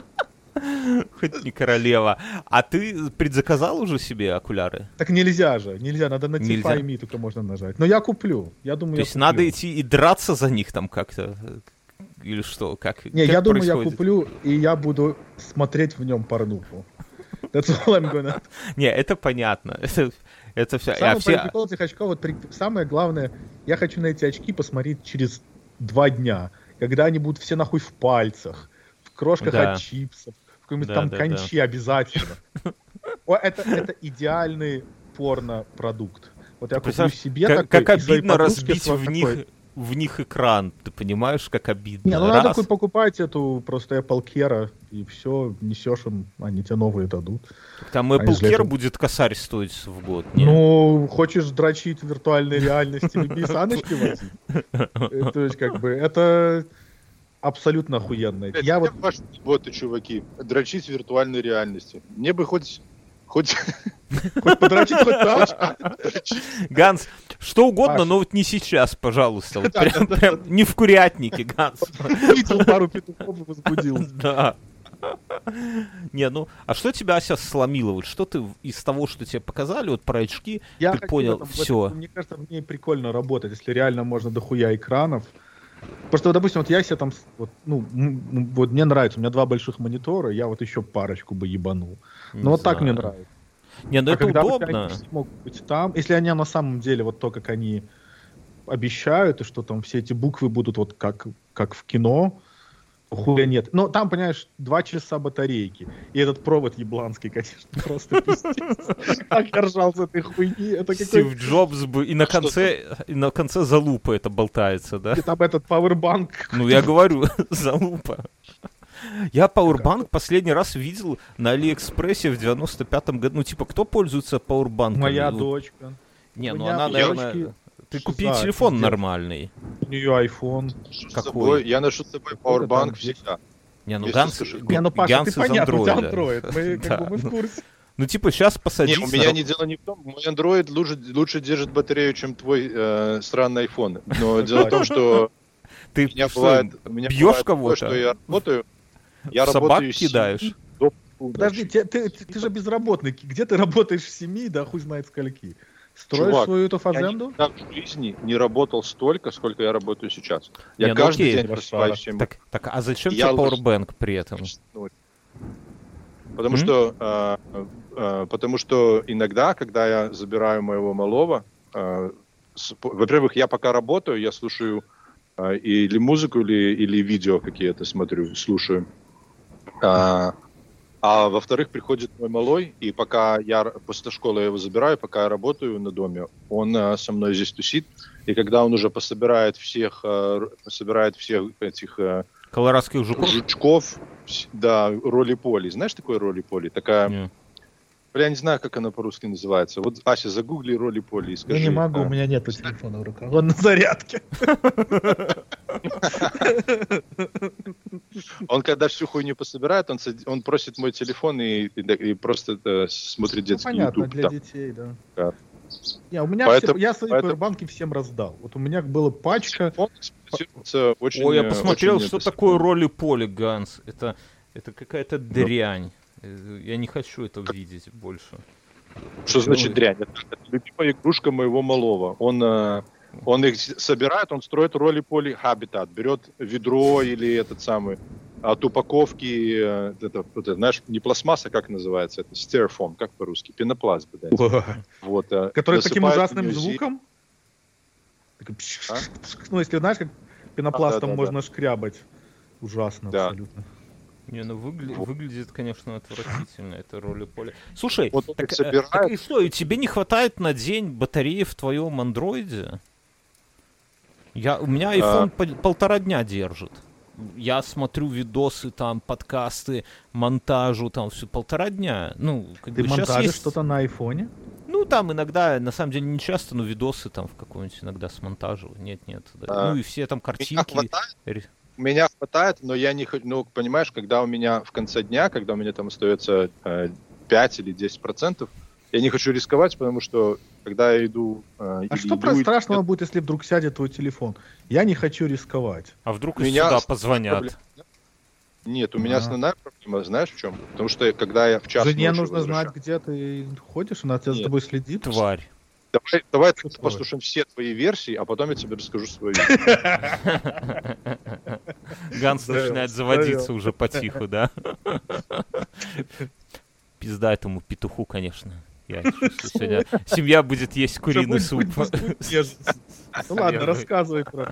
Хоть не королева. А ты предзаказал уже себе окуляры? Так нельзя, надо на Нельзя. T5 Me только можно нажать. Но я куплю, я думаю, То я есть куплю. надо идти и драться за них там как-то? Или что? Как, Не, как я думаю, я происходит? куплю, и я буду смотреть в нем порнуху. That's all I'm gonna... Не, это понятно. Это все. Самый прикол этих очков, самое главное, я хочу на эти очки посмотреть через 2 дня, когда они будут все нахуй в пальцах, в крошках Да. от чипсов, в каком-нибудь Да, там да, конче обязательно. Это идеальный порно-продукт. Вот я куплю Представляешь, себе как такой, и своей обидно подружке разбить свой в такой. них экран. Ты понимаешь, как обидно? Не, ну надо Раз. покупать эту просто Apple Care, и все, несешь им, они тебе новые дадут. Там А Apple если Care это- будет косарь стоить в год. Не? Ну, хочешь дрочить в виртуальной реальности, люби саночки возить. То есть, как бы, это абсолютно охуенно. Блядь, Я где вот, ваши боты, чуваки? Дрочить в виртуальной реальности. Мне бы хоть хоть подрочить, хоть там. Ганс, что угодно, Паш. но вот не сейчас, пожалуйста. Вот Да, прям, да, прям не в курятнике, Ганс. Видел пару петухов и возбудил. Да. Не, ну, а что тебя сейчас сломило? Вот что ты из того, что тебе показали, вот про очки, Я ты хочу понял, в этом- все. Мне кажется, в ней прикольно работать, если реально можно дохуя экранов. Просто, допустим, вот я себе там, вот, вот мне нравится, у меня 2 больших монитора, я вот еще парочку бы ебанул. Ну вот так мне нравится. Не, ну это когда у тебя удобно. они все могут быть там, если они на самом деле вот то, как они обещают, и что там все эти буквы будут вот как в кино, хуя нет. Но там, понимаешь, 2 часа батарейки. И этот провод ебланский, конечно, просто пиздец. Как я ржал с этой хуйни. Это Стив какой... Джобс бы и на конце залупа это болтается, да? И там этот пауэрбанк. Ну, я говорю, залупа. Я Powerbank последний раз видел на Алиэкспрессе в 95-м году. Ну, типа, кто пользуется Powerbank? Моя дочка. Не, У ну меня она, наверное... девочки Ты шиза, купи телефон пиздец. нормальный. У нее iPhone. Какой? Я ношу с собой Какой-то Powerbank там всегда. Не, ну Если Ганс, слушай, Не, ну Паша, Ганс ты из понятно, у тебя Android. Android. Мы Да, как бы мы в курсе. Ну, типа, сейчас Не, посадить... у меня не дело не в том, мой Android лучше держит батарею, чем твой странный iPhone. Но дело в том, что Ты у меня что, бывает бьешь такое, кого-то? что я работаю Собак работаю с кидаешь? 7 до полуночи. Подожди, ты же безработный. Где ты работаешь с 7 до хуй знает скольки? Строишь Чувак, свою эту я фазенду? никогда в жизни не работал столько, сколько я работаю сейчас. Я Не, ну каждый окей. день просыпаюсь в 7 утра. Так, а зачем Я тебе ложусь. Powerbank при этом? Потому что иногда, когда я забираю моего малого, во-первых, я пока работаю, я слушаю или музыку, или видео какие-то смотрю, слушаю. А во-вторых, приходит мой малой, и пока я после школы его забираю, пока я работаю на доме, он со мной здесь тусит, и когда он уже пособирает всех этих Колорадских жучков, да, роли-поли. Знаешь такое роли-поли? Такая, Не. я не знаю, как она по-русски называется. Вот, Ася, загугли роли-поли и скажи. Я не могу, у меня нету телефона в руках. Он на зарядке. Он когда всю хуйню пособирает, он просит мой телефон и просто смотрит детский Понятно, YouTube. для Там. детей, да. Да. Не, у меня Поэтому- я свои пауэрбанки всем раздал. Вот у меня была пачка. Он эксплуатируется очень. Ой, я посмотрел, очень что это такое самое. роли-поли, Ганс. Это какая-то дрянь. Я не хочу это видеть больше. Что значит дрянь? Это любимая игрушка моего малого. Он их собирает, он строит роли-поли хабитат, берет ведро или этот самый от упаковки, это, знаешь, не пластмасса, как называется, это стерофом, как по-русски, пенопласт, блядь. Вот, Который с таким насыпает ужасным в неё звуком. Такой А? Ну, если знаешь, как пенопластом Да. можно шкрябать. Ужасно Да. абсолютно. Не, ну выглядит, конечно, отвратительно, это роли-поли. Слушай, Вот он так, их собирает. так и что, и тебе не хватает на день батареи в твоем андроиде? У меня iPhone 1,5 дня держит. Я смотрю видосы, там, подкасты, монтажу, там, все 1,5 дня. Ну, как Ты бы щас монтажишь есть... что-то на айфоне? Ну, там иногда, на самом деле, не часто, но видосы там в какой-нибудь иногда смонтаживаю. Нет. Да. Ну, и все там картинки. Меня хватает, но я не хочу, ну, понимаешь, когда у меня в конце дня, когда у меня там остается 5 или 10%, я не хочу рисковать, потому что когда я иду... А что страшного будет, если вдруг сядет твой телефон? Я не хочу рисковать. А вдруг Меня сюда позвонят? Нет, у меня основная проблема, знаешь, в чем? Потому что когда я в час Жене ночи нужно знать, возвращаюсь- где ты ходишь, она за Нет. тобой следит. Тварь. Давай Что такое? послушаем все твои версии, а потом я тебе расскажу свою. Ганс Завёл, начинает заводиться завёл. уже потиху, да? Пизда этому петуху, конечно. Я чувствую, сегодня семья будет есть куриный суп. Ну ладно, рассказывай про...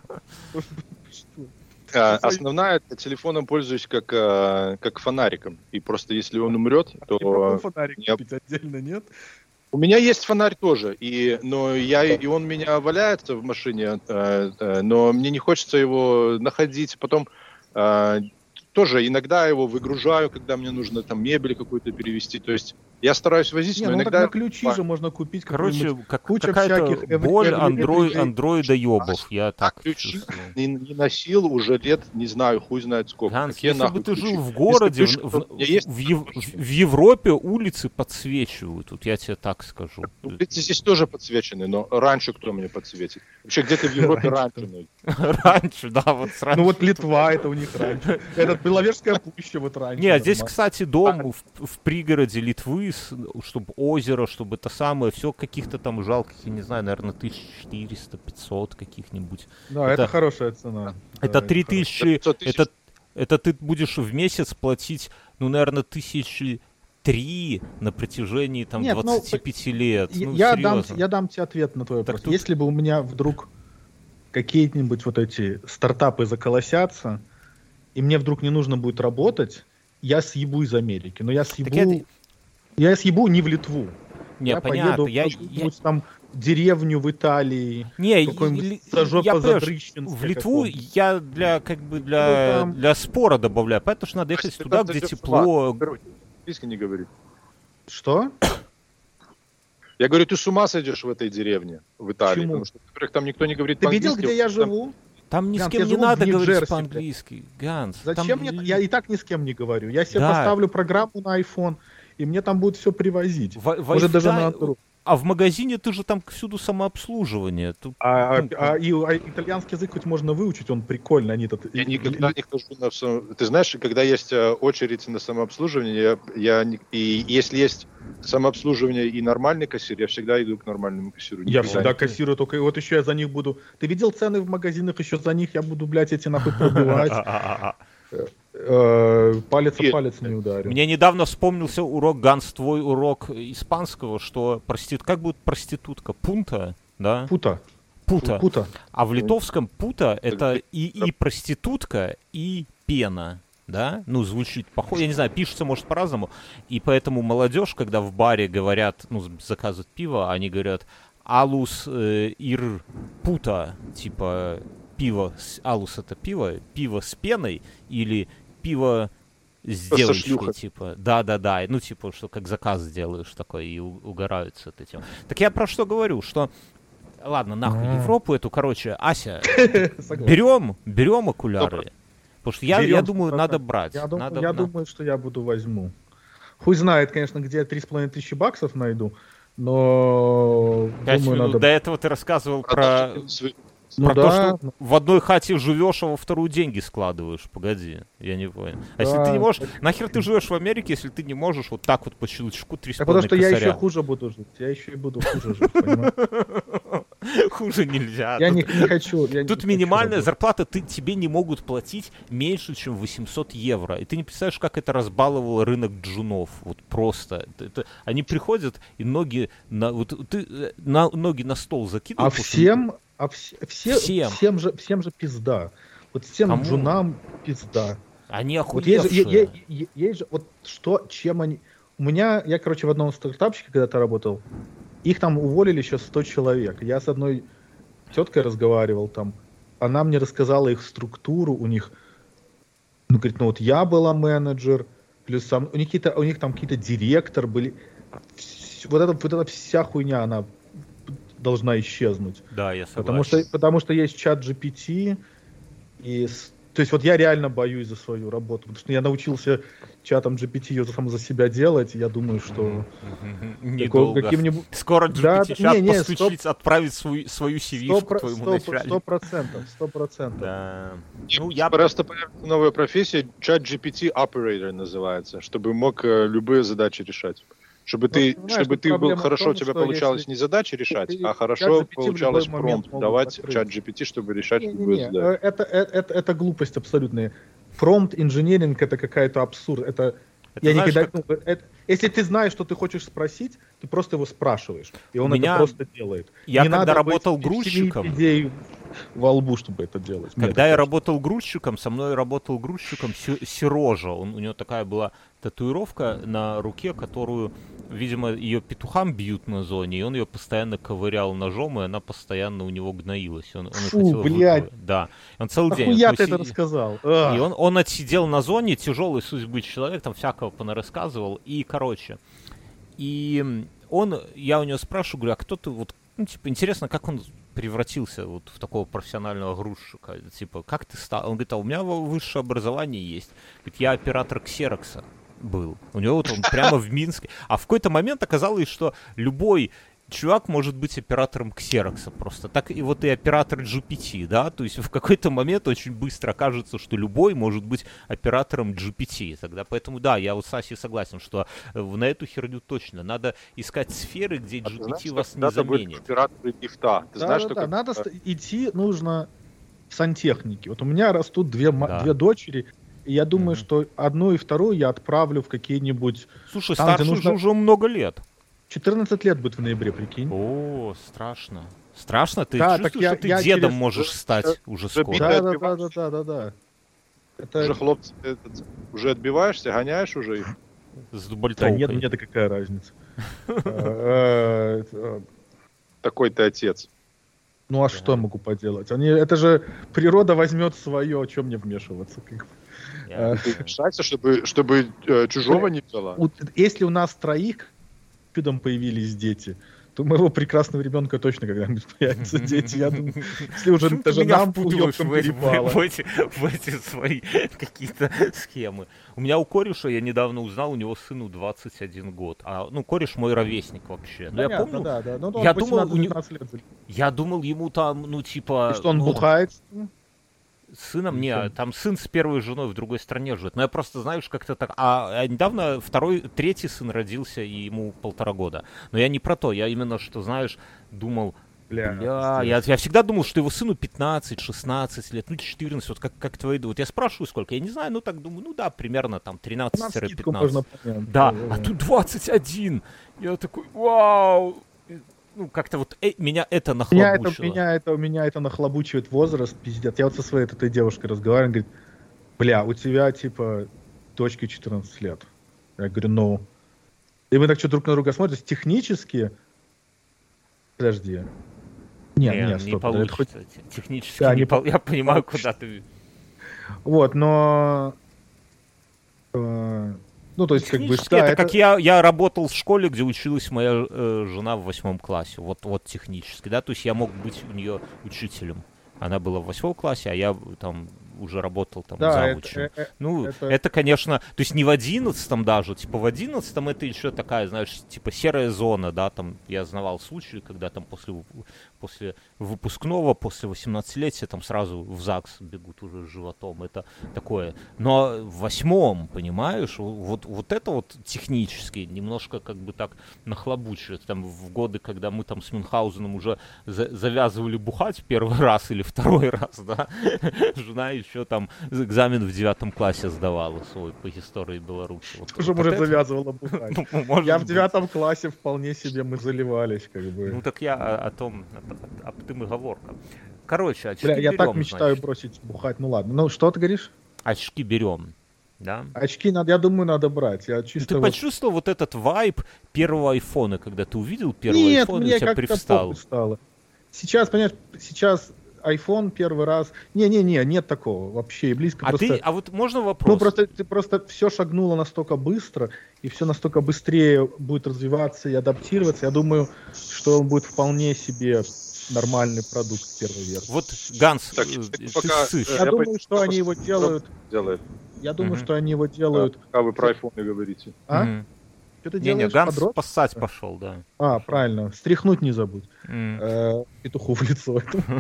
Основная, я телефоном пользуюсь как фонариком. И просто если он умрет, И потом то... фонарик я- купить отдельно, нет? У меня есть фонарь тоже, и он у меня валяется в машине, но мне не хочется его находить. Потом тоже иногда его выгружаю, когда мне нужно там мебель какую-то перевезти. То есть я стараюсь возить, Не, но ну так иногда... на ключи же можно купить Короче, какой-нибудь как, куча какая-то всяких боль вещей. андроидоебов, я так ключи чувствую. не носил уже лет, не знаю, хуй знает сколько. Ганс, Какие если бы нахуй ты ключи? жил в городе, Если ты у меня есть- в Европе улицы подсвечивают, вот я тебе так скажу. Улицы здесь тоже подсвечены, но раньше кто мне подсветит? Вообще где-то в Европе Раньше раньше. Раньше, да, вот сразу. Ну вот Литва, это у них раньше. Этот Беловежская пуща вот раньше. Не, здесь, нормально. кстати, дом в пригороде Литвы, чтобы озеро, чтобы это самое, все каких-то там жалких, я не знаю, наверное, 1400-500 каких-нибудь. Да, это хорошая цена. Это Да, 3000, 500 тысяч. это ты будешь в месяц платить, ну, наверное, 1003 на протяжении там Нет, ну, 25 лет. Я- Ну, я дам серьезно. тебе ответ на твой Так вопрос. тут- Если бы у меня вдруг какие-нибудь вот эти стартапы заколосятся, и мне вдруг не нужно будет работать, я съебу из Америки. Но я съебу... Я съебу не в Литву. Не, я понятно. поеду в какую-нибудь там деревню в Италии. Не, какой-нибудь сажопа я понимаю, Задрыщенске в Литву каком-то. я для как бы Ну, там- для спора добавляю, поэтому что надо ехать туда, где тепло. Близко не говори. Что? Я говорю, ты с ума сойдешь в этой деревне, в Италии, Почему? потому что, во-первых, там никто не говорит Ты видел, по-английски. где я Там- живу? Там ни с Ганс, кем я не живу в надо говорить Нью-Джерси, по-английски, Ганс. Зачем мне? Я и так ни с кем не говорю. Я себе Да. поставлю программу на iPhone, и мне там будут все привозить. В Может, даже Италии- на Android. А в магазине ты же там всюду самообслуживание. Тут, итальянский язык хоть можно выучить, он прикольный. Они тут... Я никогда не хожу на... Ты знаешь, когда есть очередь на самообслуживание, и если есть самообслуживание и нормальный кассир, я всегда иду к нормальному кассиру. Я всегда кассирую, только вот еще я за них буду... Ты видел цены в магазинах, еще за них я буду, блядь, эти нахуй пробивать. Палец о палец не ударил. Мне недавно вспомнился урок, Ганс, твой урок испанского, что как будет проститутка? Пунта, да? Пута. А в литовском пута это и проститутка, и пена. Да? Ну, звучит похоже. Я не знаю, пишется, может, по-разному. И поэтому молодежь, когда в баре говорят, ну, заказывают пиво, они говорят алус ир пута, типа пиво, алус это пиво с пеной, или пиво с девочкой, типа. Да. Ну, типа, что как заказ делаешь такой, и угораются от этим. Так я про что говорю, что ладно, нахуй Европу эту, короче, Ася, берем окуляры. Потому что я думаю, надо брать. Я думаю, что я возьму. Хуй знает, конечно, где я 3500 баксов найду, но... 5 думаю, минут надо... до этого ты рассказывал про то, что в одной хате живешь, а во вторую деньги складываешь. Погоди, я не понял. А если ты не можешь... Нахер ты живешь в Америке, если ты не можешь вот так вот по щелчку 3,5 косаря? Потому что я еще хуже буду жить. Я еще и буду хуже жить, понимаешь? Хуже нельзя. Я не хочу. Тут минимальная зарплата, тебе не могут платить меньше, чем 800 евро. И ты не представляешь, как это разбаловало рынок джунов. Вот просто. Они приходят, и ноги на стол закидывают. Всем же пизда. Вот всем джунам пизда. Они охуевшие. Есть же, вот что, чем они... Я, короче, в одном стартапчике когда-то работал, их там уволили еще 100 человек. Я с одной теткой разговаривал там, она мне рассказала их структуру, у них, ну, говорит, ну вот я была менеджер, плюс сам, у них там какие-то директор были, вот эта вся хуйня, она должна исчезнуть. Да, я согласен. Потому что есть чат GPT, и... То есть вот я реально боюсь за свою работу, потому что я научился чатом GPT ее за себя делать, и я думаю, что... Недолго. Скоро GPT-чат постучит, отправит свою CV-шку к твоему начальнику. 100%. Да. Ну, просто появится новая профессия, чат GPT Operator называется, чтобы мог любые задачи решать. Чтобы хорошо у тебя получалось не задачи решать, а хорошо получалось промпт давать чат GPT, чтобы решать любые задачи. Это глупость абсолютная. Промпт-инженеринг — это какая-то абсурд. Если ты знаешь, что ты хочешь спросить, ты просто его спрашиваешь, и он это просто делает. Я когда работал грузчиком... во лбу, чтобы это делать. Когда я работал грузчиком, со мной работал грузчиком Сережа. У него такая была татуировка на руке, которую, видимо, ее петухам бьют на зоне, и он ее постоянно ковырял ножом, и она постоянно у него гноилась. Фу, блядь. Да. Он целый день... Нахуя ты это рассказал? И он отсидел на зоне, тяжелый судьбы человек, там всякого понарассказывал, и, короче, я у него спрашиваю, говорю, а кто ты, вот, ну, типа, интересно, как он превратился вот в такого профессионального грузчика, типа, как ты стал? Он говорит, а у меня высшее образование есть. Говорит, я оператор ксерокса был. У него вот он прямо в Минске. А в какой-то момент оказалось, что любой чувак может быть оператором ксерокса просто. Так и вот и оператор GPT, да? То есть в какой-то момент очень быстро окажется, что любой может быть оператором GPT. Тогда поэтому, да, я вот с Асей согласен, что на эту херню точно. Надо искать сферы, где GPT вас не заменит. Операторы гифта. Ты знаешь, что надо идти нужно в сантехнике. Вот у меня растут две дочери, и я думаю, что одну и вторую я отправлю в какие-нибудь... Слушай, старше же уже много лет. 14 лет будет в ноябре, прикинь. О, страшно. Страшно? Ты чувствуешь, что ты дедом можешь стать уже скоро? Да. Уже, хлопцы, уже отбиваешься, гоняешь уже их? С дубальтовкой. Да нет, мне-то какая разница. Такой ты отец. Ну а что я могу поделать? Это же природа возьмет свое, о чем мне вмешиваться? Мешайся, чтобы чужого не взяла. Если у нас троих появились дети, то моего прекрасного ребенка точно когда-нибудь появятся дети. Я думаю, если уже Почему даже ты меня нам впутываешь уёбком в перепало. эти свои какие-то схемы? У меня у кореша, я недавно узнал, у него сыну 21 год. Ну, кореш мой ровесник вообще. Ну, я Понятно, помню, да. Ну, я он думал, 18-19 лет. я думал, ему там, ну, типа... И что, он ну, бухает? с сыном, Или не, чем? там сын с первой женой в другой стране живет. Но я просто, знаешь, как-то так... А недавно третий сын родился, и ему 1,5 года. Но я не про то, я именно, что, знаешь, думал... Бля, я всегда думал, что его сыну 15-16 лет, ну 14, вот как твои... Вот я спрашиваю, сколько, я не знаю, ну так думаю, ну да, примерно там 13-15. Да, а тут 21. Я такой, вау! Ну, как-то вот меня это нахлобучило. Меня это нахлобучивает возраст, пиздец. Я вот со своей этой девушкой разговариваю, говорит, бля, у тебя, типа, дочке 14 лет. Я говорю, ну... И мы так что друг на друга смотрим, то есть технически... Подожди. Нет, не стоп. получится. Технически да, я понимаю, куда ты... Вот, но... Ну, то есть, как бы... Да, это как я работал в школе, где училась моя жена в 8 классе. Вот технически, да, то есть я мог быть у нее учителем. Она была в 8 классе, а я там уже работал там завучем. Это, конечно, то есть не в 11 даже, типа в 11 это еще такая, знаешь, типа серая зона, да, там я знавал случаи, когда там после выпускного, после 18-летия там сразу в ЗАГС бегут уже с животом, это такое. Но в 8, понимаешь, вот это вот технически немножко как бы так нахлобучивает. Там в годы, когда мы там с Мюнхгаузеном уже завязывали бухать первый раз или второй раз, да, жена еще там экзамен в 9 классе сдавала свой по истории Беларуси. Уже, может, завязывала бухать. Я в 9 классе вполне себе мы заливались, как бы. Ну так я о том, об тым и говорка. Короче, очки берем, я так мечтаю бросить бухать, ну ладно. Ну, что ты говоришь? Очки берем, да? Очки, я думаю, надо брать. Я чисто ты почувствовал вот этот вайб первого айфона, когда ты увидел первый айфон, и у тебя привстал? Нет, стало. Сейчас, понимаешь, iPhone первый раз... нет такого вообще, и близко просто... А вот можно вопрос? Ну, просто все шагнуло настолько быстро, и все настолько быстрее будет развиваться и адаптироваться. Я думаю, что он будет вполне себе нормальный продукт первой версии. Вот, Ганс, так, я думаю, что они его делают... Я думаю, что они его делают... А вы про iPhone говорите. А? Что ты делаешь? Ганс поссать пошел, да. А, правильно. Стряхнуть не забудь. Петуху в лицо.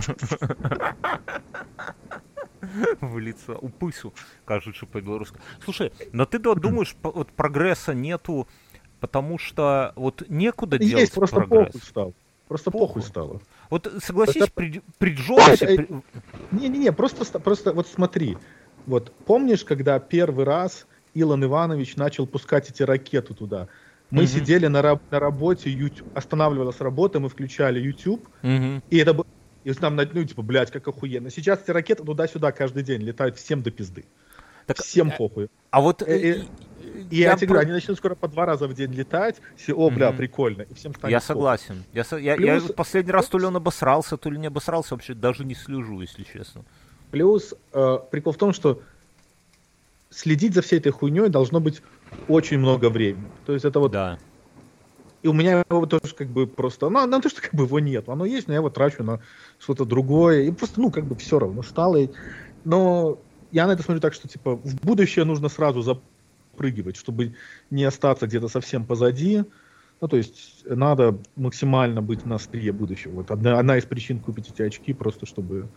В лицо. Упысу, кажется, по-белорусски. Слушай, но ты думаешь, вот прогресса нету, потому что вот некуда делать есть, просто прогресс. похуй стал. Просто похуй стало. Вот согласись, при Джобсе... Не, просто вот смотри. Вот помнишь, когда первый раз Илон Иванович начал пускать эти ракеты туда? Мы сидели на работе, останавливалась работа, мы включали YouTube, и это было... И там, типа, блядь, как охуенно. Сейчас эти ракеты туда-сюда каждый день летают всем до пизды. Так, всем похуй. А вот... я тебе говорю, они начнут скоро по 2 раза в день летать. Все, бля, прикольно. И всем станет я согласен. Я последний раз то ли он обосрался, то ли не обосрался, вообще даже не слежу, если честно. Плюс прикол в том, что следить за всей этой хуйней должно быть очень много времени. То есть это вот... Да. И у меня его тоже как бы просто... Ну, то, что как бы его нет. Оно есть, но я его трачу на что-то другое. И просто, как бы все равно стало. Но я на это смотрю так, что, типа, в будущее нужно сразу запрыгивать, чтобы не остаться где-то совсем позади. Ну, то есть надо максимально быть на острие будущего. Вот одна из причин купить эти очки, просто чтобы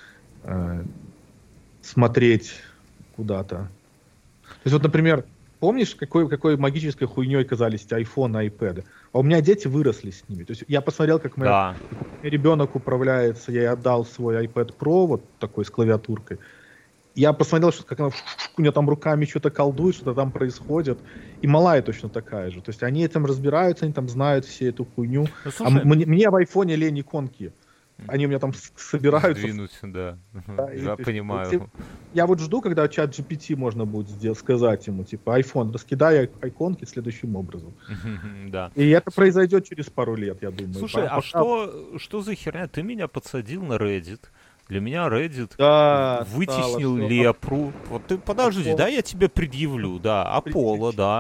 смотреть куда-то. То есть вот, например, помнишь, какой магической хуйней казались эти iPhone и iPad? А у меня дети выросли с ними. То есть я посмотрел, как мой ребенок управляется. Я ей отдал свой iPad Pro, вот такой с клавиатуркой. Я посмотрел, как она у нее там руками что-то колдует, что-то там происходит. И малая точно такая же. То есть они этим разбираются, они там знают всю эту хуйню. Ну, слушай, мне в айфоне лень иконки. Они у меня там собираются. Сдвинуть, да. Я понимаю. Я вот жду, когда чат GPT можно будет сказать ему, типа, iPhone, раскидай иконки следующим образом. Да. И это произойдет через пару лет, я думаю. Слушай, а что за херня? Ты меня подсадил на Reddit. Для меня Reddit вытеснил лепру. Вот ты подожди, да, я тебе предъявлю, да. Apollo, да.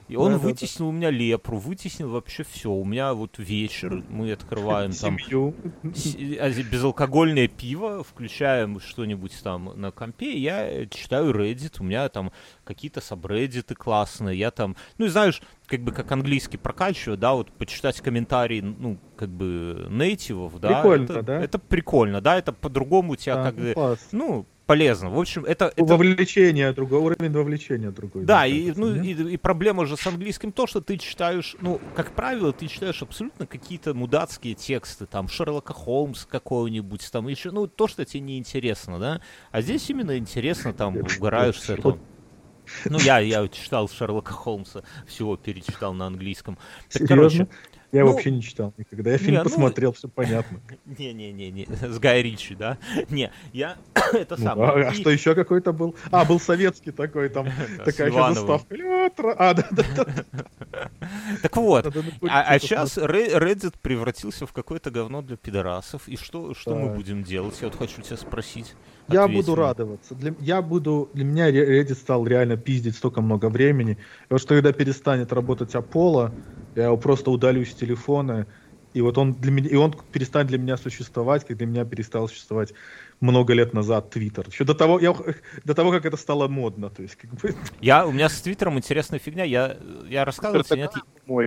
И он Да. вытеснил у меня лепру, вытеснил вообще все. У меня вот вечер, мы открываем там Семью. безалкогольное пиво, включаем что-нибудь там на компе, и я читаю Reddit, у меня там какие-то сабреддиты классные, я там, ну и знаешь, как бы как английский прокачиваю, да, вот почитать комментарии, ну, как бы нейтивов, да. Прикольно, да? Это прикольно, да, это по-другому у тебя Да, как бы, класс. ну, полезно. В общем, это Вовлечение другой, уровень вовлечения другой. да, мне и, кажется, ну, нет? и проблема же с английским то, что ты читаешь, ну, как правило, ты читаешь абсолютно какие-то мудацкие тексты, там, Шерлока Холмс какого-нибудь, там, еще, ну, то, что тебе не интересно, да, а здесь именно интересно, там, угораешь с этого. Ну, я читал Шерлока Холмса, всего перечитал на английском. Так, Серьезно? Я ну, вообще не читал никогда. Я фильм не, ну, посмотрел, все понятно. Не, с Гай Ричи, да? Не, я это Ну, самое. а И- что еще какой-то был? Был советский такой, там Да, такая с еще Ивановым. заставка. Да. Так вот, Надо на а культике сейчас Reddit превратился в какое-то говно для пидорасов. И что мы Да. будем делать? Я вот хочу тебя спросить. Я Ответь буду мне. радоваться. Для меня Reddit стал реально пиздить столько много времени. И вот что когда перестанет работать Apollo, я его просто удалю с телефона, и вот он он перестанет для меня существовать, как для меня перестал существовать много лет назад Twitter. Еще до того, как это стало модно. То есть, как бы, У меня с Твиттером интересная фигня. Я рассказывал тебе, нет? Мой.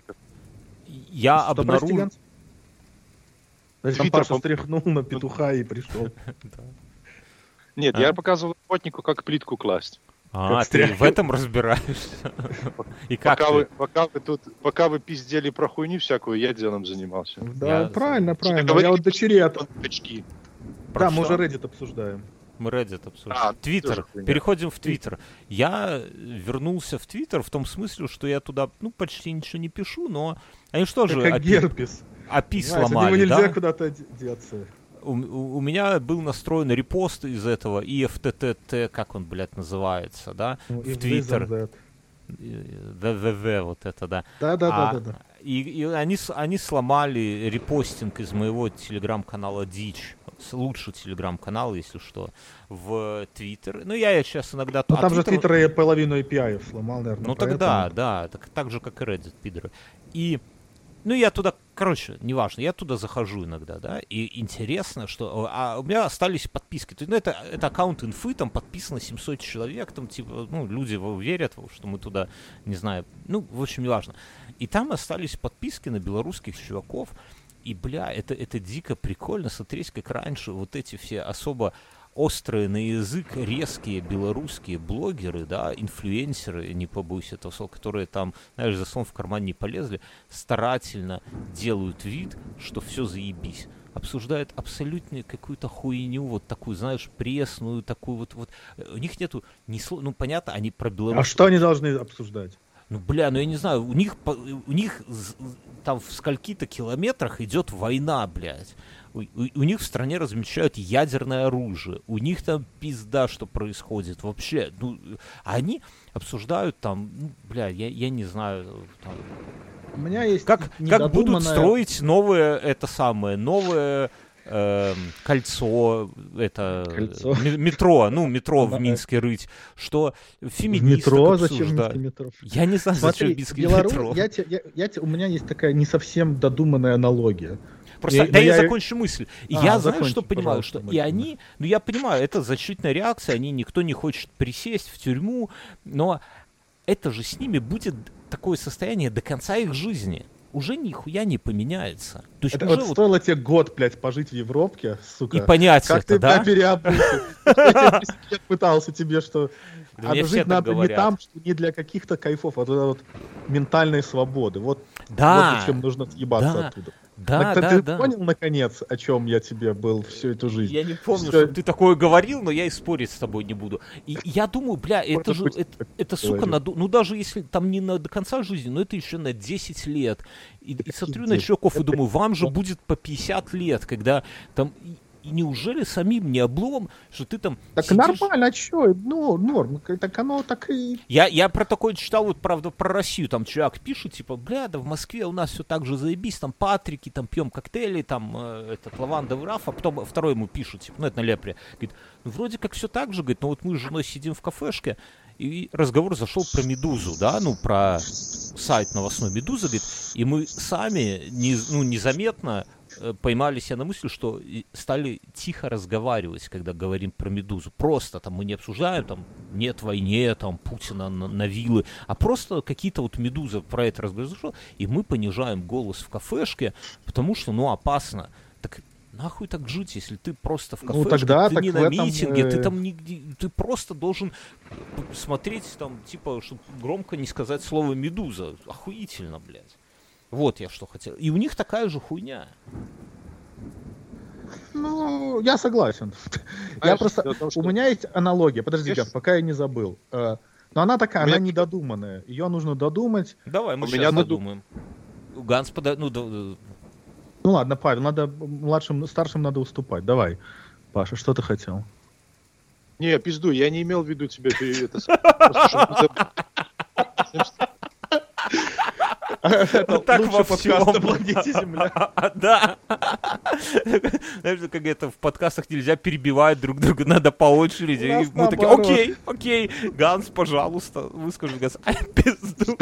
Я Что, прости, обнаружил... Ганс? Значит, там Твиттер, Паша стряхнул на петуха и пришел. Нет, А? я показывал работнику, как плитку класть. А, Как ты стряхивал. в этом разбираешься. И как Пока вы пиздели про хуйню всякую, я делом занимался. Да, Я- правильно. Я Говорили, вот дочери это... очки. Да, мы что? уже Reddit обсуждаем. Мы Reddit обсуждаем. А, Твиттер. тоже хуйня. Переходим в Твиттер. Я вернулся в Твиттер в том смысле, что я туда, ну, почти ничего не пишу, но они что же Как герпес. API Знаешь, от него сломали, нельзя да? куда-то деться. У меня был настроен репост из этого IFTTT, как он, блядь, называется, да? Ну, В Твиттер. Да. ВВВ, вот это, да. Да. И они сломали репостинг из моего телеграм-канала Дичь, лучший телеграм-канал, если что, в Твиттер. Ну, я сейчас иногда... Ну а там же Twitter- Twitter и половину API сломал, наверное. Ну, тогда, да, так же, как и Reddit, пидоры. И, ну, я туда, короче, неважно, я туда захожу иногда, да, и интересно, что... А у меня остались подписки. То есть, ну, это аккаунт инфы, там подписано 700 человек, там, типа, ну, люди верят, что мы туда, не знаю, ну, в общем, неважно. И там остались подписки на белорусских чуваков, и, бля, это дико прикольно смотреть, как раньше вот эти все особо острые на язык, резкие белорусские блогеры, да, инфлюенсеры, не побоюсь этого слова, которые там, знаешь, за словом в карман не полезли, старательно делают вид, что все заебись. Обсуждают абсолютно какую-то хуйню, вот такую, знаешь, пресную, такую вот. У них нету ни слова, ну, понятно, они про Беларусь. А что они должны обсуждать? Ну, бля, ну я не знаю, у них там в скольки-то километрах идет война, блядь. У них в стране размещают ядерное оружие. У них там пизда, что происходит. Вообще, ну, они обсуждают там, ну, бля, я не знаю, там, У меня есть как будут недодуманная- строить новое кольцо, Кольцо. метро, метро в Да. Минске рыть, что в феминисток метро? Зачем обсуждают. Минский метро? Я не знаю, зачем Смотри, Минский Беларусь, метро. у меня есть такая не совсем додуманная аналогия. Просто Но дай я я- закончу мысль. И А, я знаю, закончи, что понимаю, пожалуйста, что и они, ну я понимаю, это защитная реакция, никто не хочет присесть в тюрьму, но это же с ними будет такое состояние до конца их жизни. Уже нихуя не поменяется. То есть Это уже вот вот стоило тебе год, блядь, пожить в Европе, сука. и понять Как это, ты, да? блядь, переобулся. Я 10 лет пытался тебе, что Да мне все жить так надо не говорят. там, что не для каких-то кайфов, а вот ментальной свободы. Вот Да, зачем нужно съебаться да, оттуда. да, Так да, ты да. понял, наконец, о чем я тебе был всю эту жизнь? Я не помню, Всё- что ты такое говорил, но я и спорить с тобой не буду. И я думаю, бля, это Может же, быть, это так сука, говорил. ну даже если там не до конца жизни, но это еще на 10 лет. И смотрю на 10? чуваков и Это- думаю, вам же будет по 50 лет, когда там... И неужели самим не облом, что ты там Так сидишь... нормально, а чё? Ну, норм. Так оно так и... Я про такое читал, вот, правда, про Россию. Там человек пишет, типа, бля, да в Москве у нас все так же заебись, там Патрики, там пьем коктейли, там этот лавандовый раф, а потом второй ему пишут, типа, ну это на Лепре. Говорит, ну вроде как все так же, говорит, но вот мы с женой сидим в кафешке, и разговор зашел про «Медузу», да, ну про сайт новостной «Медуза», говорит, и мы сами незаметно поймали себя на мысли, что стали тихо разговаривать, когда говорим про «Медузу». Просто там мы не обсуждаем, там, нет войне, там, Путина на виллы, а просто какие-то вот «Медуза» про это разговор, и мы понижаем голос в кафешке, потому что, ну, опасно. Так нахуй так жить, если ты просто в кафешке, Ну, тогда, ты так не в на этом, митинге, ты там ты просто должен смотреть, там, типа, чтобы громко не сказать слово «Медуза». Охуительно, блядь. Вот я что хотел. И у них такая же хуйня. Ну, я согласен. Знаешь, Я просто... дело в том, что- У меня есть аналогия. Подожди, Видишь? Гав, пока я не забыл. Но она такая, У меня- она недодуманная. Ее нужно додумать. Давай, мы У сейчас меня додумаем. Ганс Ну ладно, Павел, надо младшим, старшим надо уступать. Давай. Паша, что ты хотел? Не, пизду, я не имел в виду тебя, ты это... просто, чтобы не забыть. Ну, так во Лучший подкаст всем. на планете Земля. Да. Знаешь, как это в подкастах нельзя перебивать друг друга, надо по очереди. У нас И мы такие, наоборот. окей, Ганс, пожалуйста, выскажи, Ганс. Ай, пизду.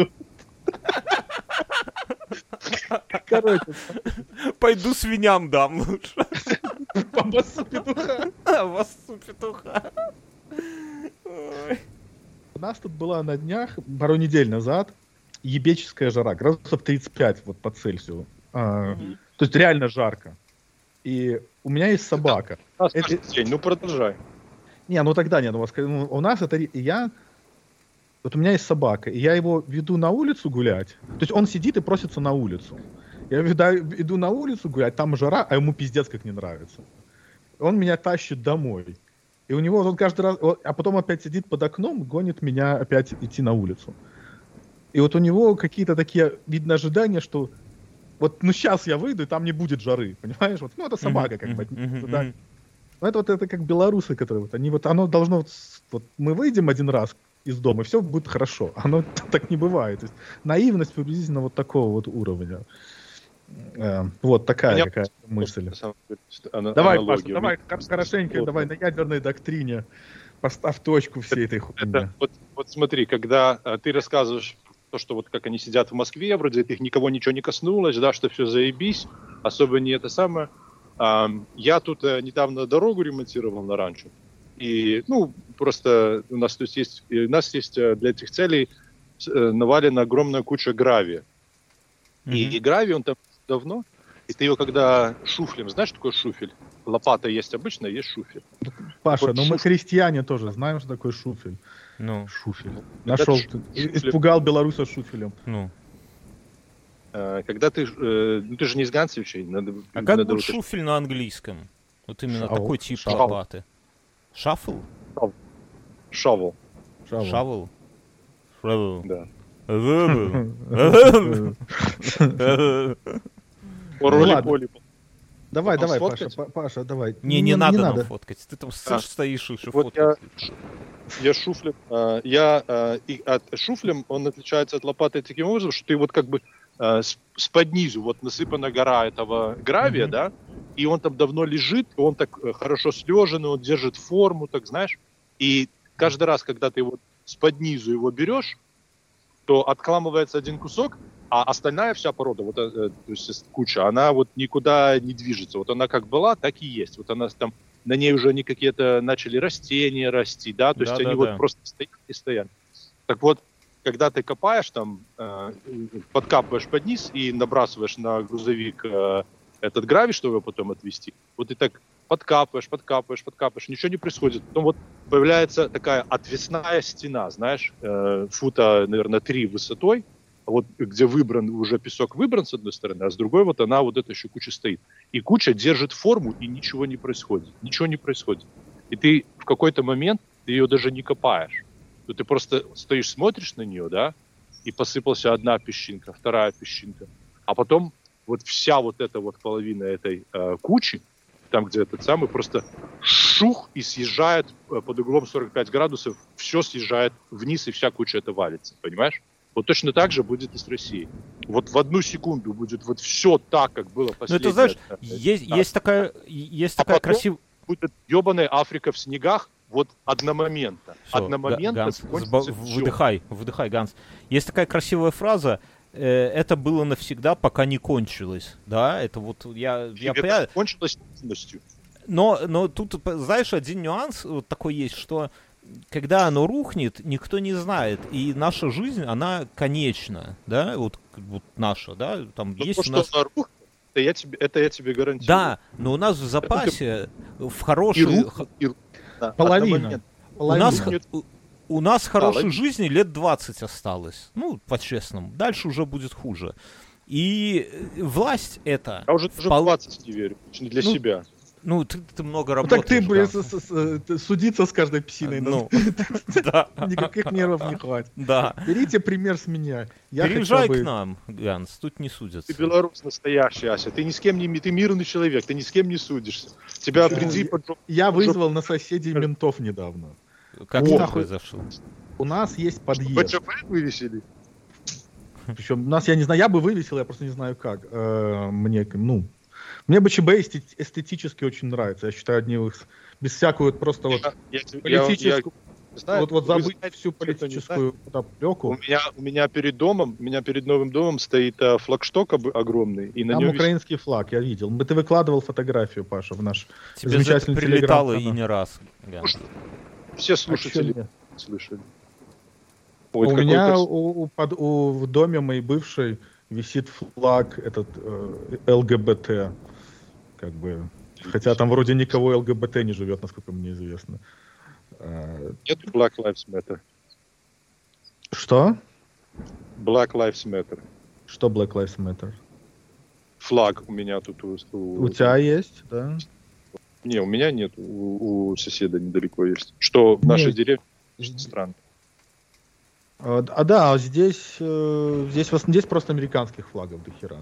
Короче, Пойду свиням дам лучше. по боссу петуха. Васу петуха. Ой. У нас тут была на днях, пару недель назад, ебеческая жара, градусов 35 вот по Цельсию. То есть реально жарко. И у меня есть собака. Каждый день, ну продолжай. Не, ну тогда нет, у нас это... Вот у меня есть собака, и я его веду на улицу гулять. То есть он сидит и просится на улицу. Я иду на улицу гулять, там жара, а ему пиздец как не нравится. Он меня тащит домой. И у него он каждый раз... А потом опять сидит под окном, гонит меня опять идти на улицу. И вот у него какие-то такие, видно, ожидания, что вот, ну, сейчас я выйду, и там не будет жары, понимаешь? Вот, ну, это собака, как бы. Да. Ну, это как белорусы, которые вот, они вот, оно должно, вот, мы выйдем один раз из дома, и все будет хорошо. Оно так не бывает. То есть, наивность приблизительно вот такого вот уровня. Вот такая Меня какая мысль. На самом деле, Давай, аналогия. Паша, давай, хорошенько, Вот. давай на ядерной доктрине поставь точку всей этой хуйне. Это, вот смотри, когда ты рассказываешь то, что вот как они сидят в Москве, вроде их никого ничего не коснулось, да, что все заебись, особо не это самое. Я тут недавно дорогу ремонтировал на ранчо, и, ну, просто у нас есть для этих целей навалена огромная куча гравия. И гравий, он там давно, и ты его когда шуфлем, знаешь, что такое шуфель? Лопата есть обычная, есть шуфель. Паша, Вот ну мы шуфель. христиане тоже знаем, что такое шуфель. Ну, Шуфель. Когда Нашел, шуфель. испугал белоруса шуфелем. ну. Когда ты, ну ты же не из Ганцевичей, надо... А как надо будет вот- шуфель на английском? Вот именно Шавл. такой тип Шавл. лопаты. Шафл? Шавл, Шавл. Шавл? Шавл. да. ладно. Поле. Давай, Потом давай, Паша, сфоткать? Паша, давай. Не надо нам фоткать. Ты там стоишь и Вот фоткать. я шуфлем, и от шуфлем он отличается от лопаты таким образом, что ты вот как бы с-под низу вот насыпана гора этого гравия, да, и он там давно лежит, и он так хорошо слеженный, он держит форму, так знаешь, и каждый раз, когда ты вот с-под низу его берешь, то откламывается один кусок, а остальная вся порода, вот, то есть куча, она вот никуда не движется. Вот она как была, так и есть. Вот она там, на ней уже они какие-то начали растения расти, да, то есть они Да-да-да. вот просто стоят и стоят. Так вот, когда ты копаешь там, подкапываешь под низ и набрасываешь на грузовик этот гравий, чтобы его потом отвезти, вот ты так подкапываешь, ничего не происходит. Потом вот появляется такая отвесная стена, знаешь, фута, наверное, 3 высотой, вот где выбран, уже песок выбран с одной стороны, а с другой вот она вот эта еще куча стоит. И куча держит форму, и ничего не происходит. Ничего не происходит. И ты в какой-то момент, ты ее даже не копаешь. То ты просто стоишь, смотришь на нее, да, и посыпалась одна песчинка, вторая песчинка. А потом вот вся вот эта вот половина этой кучи, там, где этот самый, просто шух и съезжает под углом 45 градусов, все съезжает вниз, и вся куча это валится, понимаешь? Вот точно так же будет и с Россией. Вот в одну секунду будет вот все так, как было Ну, последнее. это, знаешь, есть такая потом красивая... будет ебаная Африка в снегах вот одномоментно. Всё, Одномоментно Ганс, закончится всё. выдыхай, Ганс. Есть такая красивая фраза, это было навсегда, пока не кончилось, да, это вот я Это понимаю, кончилось полностью. но тут, знаешь, один нюанс вот такой есть, что когда оно рухнет, никто не знает, и наша жизнь, она конечна, да, вот наша, да, там Но есть то, у нас... что она рухнет, это я тебе гарантирую. Да, но у нас в запасе в хорошей... Да, Половина. одномоментно. У нас хорошей логично. жизни лет 20 осталось. Ну, по-честному. Дальше уже будет хуже. И власть это... Я уже 20 не верю. Не для себя. Ну, ты много Ну, работаешь. так ты, блин, да. судиться с каждой псиной. Ну, да. Никаких нервов не хватит. Да. Берите пример с меня. Я Переезжай хотя бы- к нам, Ганс, тут не судятся. Ты белорус настоящий, Ася. Ты ни с кем не... Ты мирный человек, ты ни с кем не судишься. Тебя приди под... Я вызвал на соседей ментов недавно. Как О, это нахуй. произошло? У нас есть подъезд. БЧП вывесили? Причем у нас, я не знаю, я бы вывесил, я просто не знаю как. Мне БЧБ эстетически очень нравится. Я считаю, одним из... Без всякую вот просто вот политическую... Знаю, Вот вы забыть знаете, всю что это не политическую подоплеку. У меня перед новым домом стоит флагшток огромный, и на Там нем украинский флаг, я видел. Ты выкладывал фотографию, Паша, в наш Тебе за это замечательный прилетало и телеграм-канал. не раз, Ганс. все А слушатели чё мне? слышали. У Ой, какой меня красивый. в доме моей бывшей висит флаг этот ЛГБТ, как бы, хотя там вроде никого ЛГБТ не живет, насколько мне известно. Нет Black Lives Matter. Что? Black Lives Matter. Что Black Lives Matter? Флаг у меня тут. У тебя есть, да? Не, у меня нет. У соседа недалеко есть. Что в нашей Нет. деревне странно. Да, здесь просто американских флагов до хера.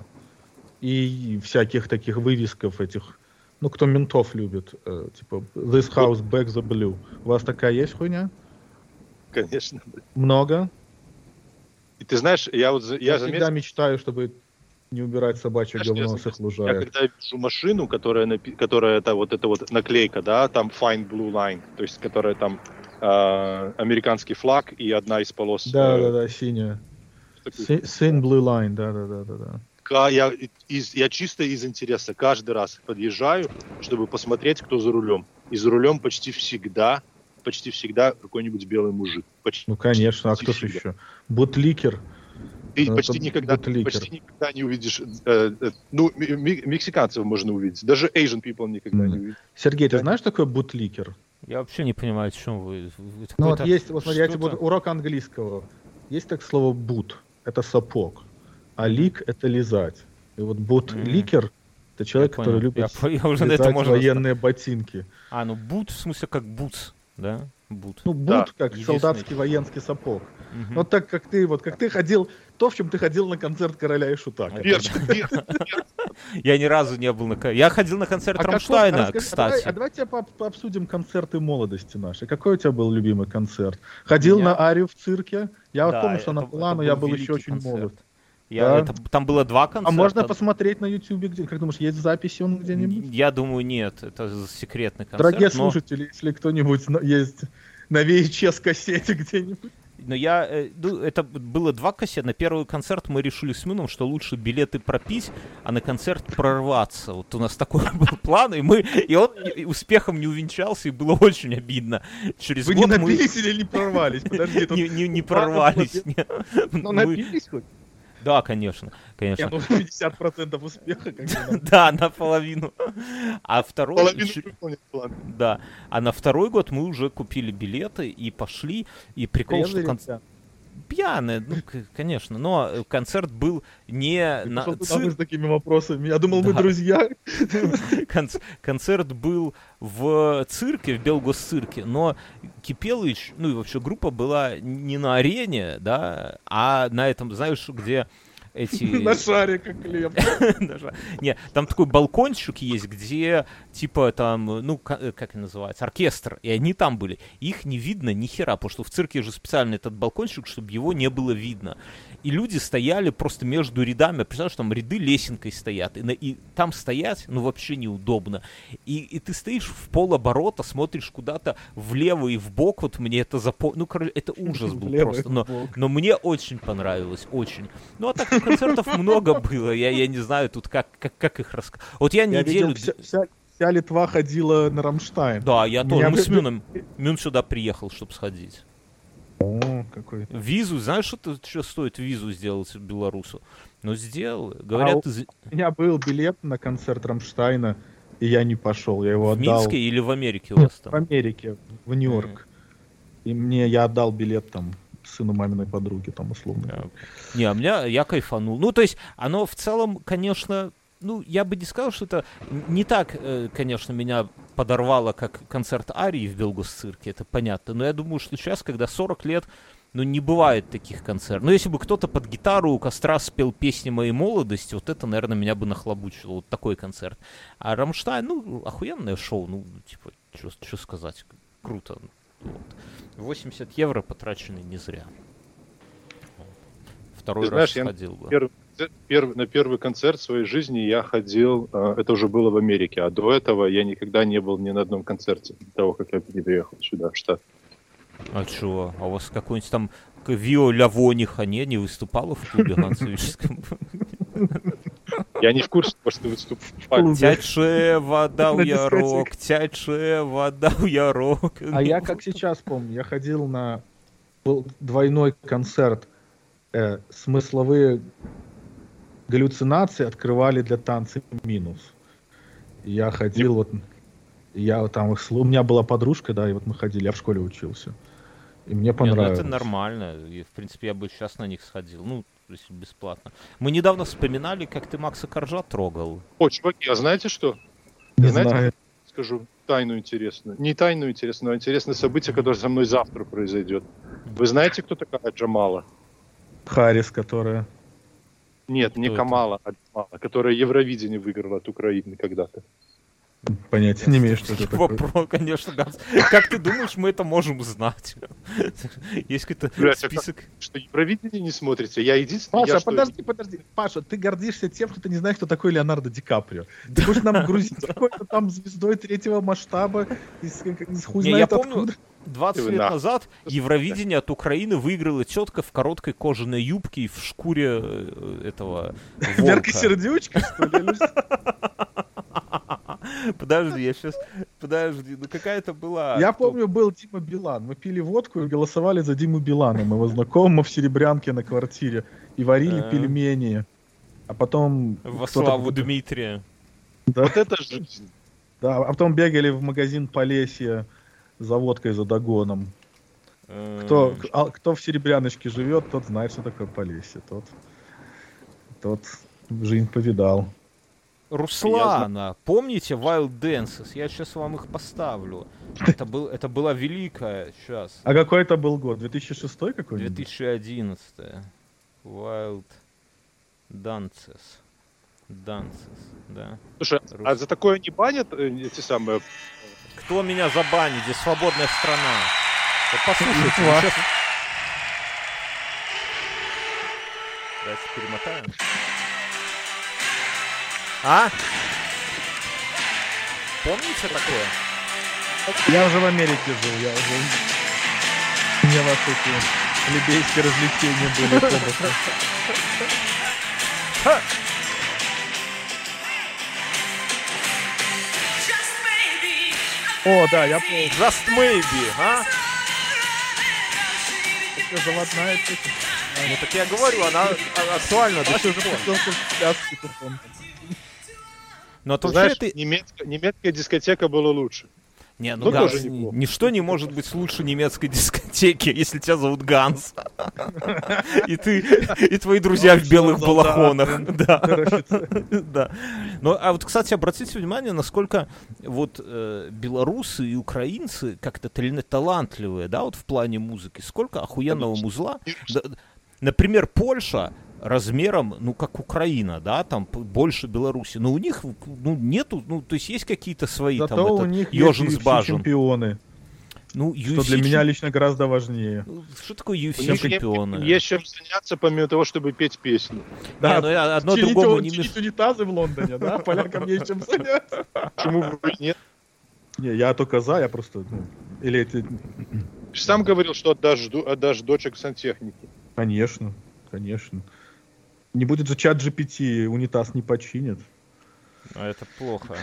И всяких таких вывесков этих, ну, кто ментов любит, типа This house back the blue. У вас такая есть хуйня? Конечно. Много? И ты знаешь, я Я заметил, всегда мечтаю, чтобы не убирать собачье знаешь, говно я с их заметил, я лужаек. когда вижу машину, которая это вот наклейка, да, там Find Blue Line, то есть которая там американский флаг и одна из полос. Да, синяя. такой- Thin blue line, да. Я чисто из интереса каждый раз подъезжаю, чтобы посмотреть, кто за рулем. И за рулем почти всегда какой-нибудь белый мужик. Ну, конечно, а почти кто же всегда. еще? Бутликер. Ты Ну, почти это никогда не увидишь, мексиканцев можно увидеть, даже Asian people никогда не увидишь. Сергей, ты Да. знаешь, что такое бутликер? Я вообще не понимаю, о чем вы. Ну, вот какой-то- есть, вот смотри, я тебе что-то- буду- урок английского. Есть так слово бут, это сапог, а лик это лизать. И вот бутликер это человек, Я который понял. любит Я уже на это лизать можно... военные ботинки. А, ну бут, в смысле, как бутс, да? Бут. Ну, бут Да, как единственный. солдатский военский сапог. Мгм. Вот так как ты ходил, то, в чем ты ходил на концерт Короля и Шута. Верно, верно. Я ни разу не был на... Я ходил на концерт А Рамштайна, расскажи, кстати. давайте пообсудим концерты молодости нашей. Какой у тебя был любимый концерт? Ходил меня- на Арию в цирке? Я вот Да, помню, что она это была, но был я был великий еще очень концерт. молод. Я, Да. там было 2 концерта. А можно посмотреть на Ютубе, где, как думаешь, есть записи он где-нибудь? Я думаю, нет. Это секретный концерт. Дорогие но... слушатели, если кто-нибудь есть на VHS-кассете где-нибудь. Но это было 2 кассеты. На первый концерт мы решили с Мином, что лучше билеты пропить, а на концерт прорваться. Вот у нас такой был план, и он успехом не увенчался, и было очень обидно. Через Вы не год мы напились или не прорвались? Подожди, тут... не прорвались. не. Ну, Мы- напились хоть? Да, конечно. Не, ну 50% успеха, как бы. Да, наполовину. А второй... Половину выполнил план. Да. А на второй год мы уже купили билеты и пошли. И прикол, что Трезвые пьяные, ну, конечно. Но концерт был не на... Пошел туда мы с такими вопросами. Я думал, мы Да. друзья. Концерт был в цирке, в Белгосцирке, но Кипелыч, ну и вообще группа была не на арене, да, а на этом, знаешь, где эти... На шаре, как хлеб. Не, там такой балкончик есть, где, типа, там, ну, как это называется, оркестр, и они там были. Их не видно ни хера, потому что в цирке же специально этот балкончик, чтобы его не было видно. И люди стояли просто между рядами, представляешь, там ряды лесенкой стоят, и там стоять, ну, вообще неудобно. И ты стоишь в полоборота, смотришь куда-то влево и вбок, вот мне это ну, короче, это ужас был просто, но мне очень понравилось, очень. Ну, а так концертов много было, я не знаю тут, как их рассказать. Вот я неделю... Видел, вся Литва ходила на Рамштайн. Да, я тоже. Мы с Мюн сюда приехал, чтобы сходить. О, какой. Визу, знаешь, что стоит визу сделать белорусу? Ну, сделал. Говорят, у меня был билет на концерт Рамштайна, и я не пошел, я его отдал. В Минске или в Америке у вас там? В Америке, в Нью-Йорк. И я отдал билет там сыну маминой подруги, там, условно. Не, а я кайфанул. Ну, то есть, оно в целом, конечно, ну, я бы не сказал, что это не так, конечно, меня подорвало, как концерт Арии в Белгосцирке, это понятно. Но я думаю, что сейчас, когда 40 лет, ну, не бывает таких концертов. Ну, если бы кто-то под гитару у костра спел песни моей молодости, вот это, наверное, меня бы нахлобучило, вот такой концерт. А Рамштайн, ну, охуенное шоу, ну, типа, что сказать, круто. Вот. 80 евро потрачены не зря. Второй раз сходил бы. На первый концерт в своей жизни я ходил, это уже было в Америке, а до этого я никогда не был ни на одном концерте, до того, как я переехал сюда, в штат. А чего? А у вас какой-нибудь там Вио Лявониха не выступала в клубе Ганцевическом? Я не в курсе, что выступал. Тяче вода у ярок, тяче вода у ярок. А я как сейчас помню, я ходил на двойной концерт. Смысловые галлюцинации открывали для танца минус. И я ходил, вот я там их у меня была подружка, да, и вот мы ходили, я в школе учился. И мне понравилось. Это нормально. И, в принципе, я бы сейчас на них сходил. Ну, то есть бесплатно. Мы недавно вспоминали, как ты Макса Коржа трогал. О, чуваки, а знаете что? Не знаете, знаю. Скажу тайну интересную. Не тайну интересную, а интересное событие, которое со мной завтра произойдет. Вы знаете, кто такая Джамала? Харрис, которая... Нет, не Камала, а Джамала, которая Евровидение выиграла от Украины когда-то. Понятия не имею, что это такое. Вопрос, конечно, Ганс. Как ты думаешь, мы это можем знать? Есть какой-то список? Что Евровидение не смотрите? Я единственный... Паша, подожди. Паша, ты гордишься тем, что ты не знаешь, кто такой Леонардо Ди Каприо. Ты будешь нам грузить какой-то там звездой третьего масштаба из хуй знает откуда. 20 лет назад Евровидение от Украины выиграла тетка в короткой кожаной юбке и в шкуре этого волка. Верка Сердючка, что ли? Подожди, ну какая-то была... Я помню, был Дима Билан. Мы пили водку и голосовали за Диму Билана, моего знакомого в Серебрянке на квартире. И варили пельмени. А потом... Во славу Дмитрия. Да. Вот это жизнь. Да, а потом бегали в магазин Полесье за водкой, за догоном. Кто в Серебряночке живет, тот знает, что такое Полесье. Тот жизнь повидал. Руслана, помните Wild Dances? Я сейчас вам их поставлю. Это была великая сейчас. А какой это был год? 2006 какой-нибудь? 2011. Wild Dances, да. Слушай, а за такое не банят эти самые... Кто меня забанит? Здесь свободная страна. Вот послушайте, сейчас... Давайте перемотаем. А? Помните такое? Я уже в Америке жил, Мне вас эти плебейские развлечения были. О, да, я помню. Just maybe, а? Это заводная песня. Ну так я говорю, она актуальна до сих пор. Но то знаешь, ты... немецкая дискотека была лучше. Не, ну Ганс, ничто не может быть лучше немецкой дискотеки, если тебя зовут Ганс. И твои друзья в белых балахонах. Да. Ну, а вот, кстати, обратите внимание, насколько вот белорусы и украинцы как-то талантливые, да, вот в плане музыки. Сколько охуенного музла. Например, Польша размером, ну, как Украина, да, там больше Беларуси. Но у них, ну, нету, ну, то есть есть какие-то свои, Зато там, у них есть Ёжинс-Бажен. чемпионы, Ну, что для меня лично гораздо важнее. Что такое У UFC них чемпионы? есть чем заняться, помимо того, чтобы петь песни. Не, ну, одно другому не чинить мешает. унитазы в Лондоне, да? Полякам есть чем заняться. Почему бы и нет? Не, я только за, я просто... ну, или эти... Ты же сам говорил, что отдашь дочек сантехники. Конечно, конечно. Не будет же чат GPT, унитаз не починит. А это плохо.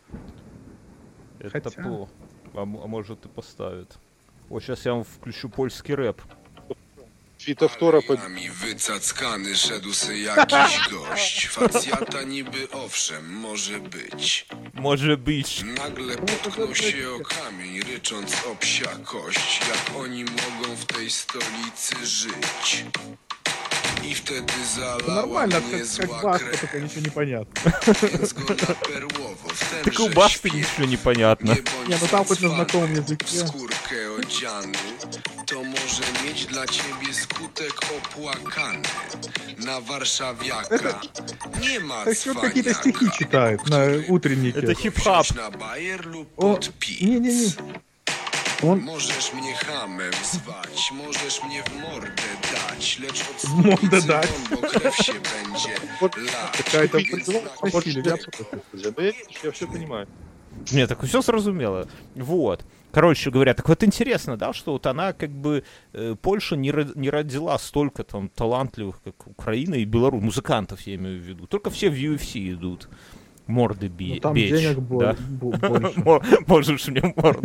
Это Хотя. плохо. А может и поставит. О, сейчас я вам включу польский рэп. Фитофтора под... Nami wycackany szedł se jakiś gość. Facjata niby owszem może być. Может быть. Nagle potknął się o kamień, rycząc o psia kość. Jak oni mogą w tej stolicy żyć? I wtedy Это zalała нормально, mnie как zła баста, krew. только ничего не понятно. Więc go na perłowo w Так temże у Басты śpiew. ничего не понятно. Nie bądź Nie, no tam choć na cwany, znakomym w języku. skórkę odziany, to może mieć dla ciebie skutek opłakany. Na warszawiaka nie ma Так что какие-то cwaniaka, стихи читает на утреннике. Это хип-хап. wziąć na bajer lub О, pod pic. не-не-не. Он Możesz mnie hamem zwać, możesz mnie w mordę dać, lecz od W mordę stolicy dać. won, bo krew się będzie lać. какая-то Więc производственная насилие. Я Да я все понимаю. Нет, так все сразумело. Вот. Короче говоря, так вот интересно, да, что вот она как бы Польша не родила столько там талантливых, как Украина и Беларусь, музыкантов я имею в виду. Только все в UFC идут. Морды Ну, там бечь. денег да? больше. Можешь мне морду.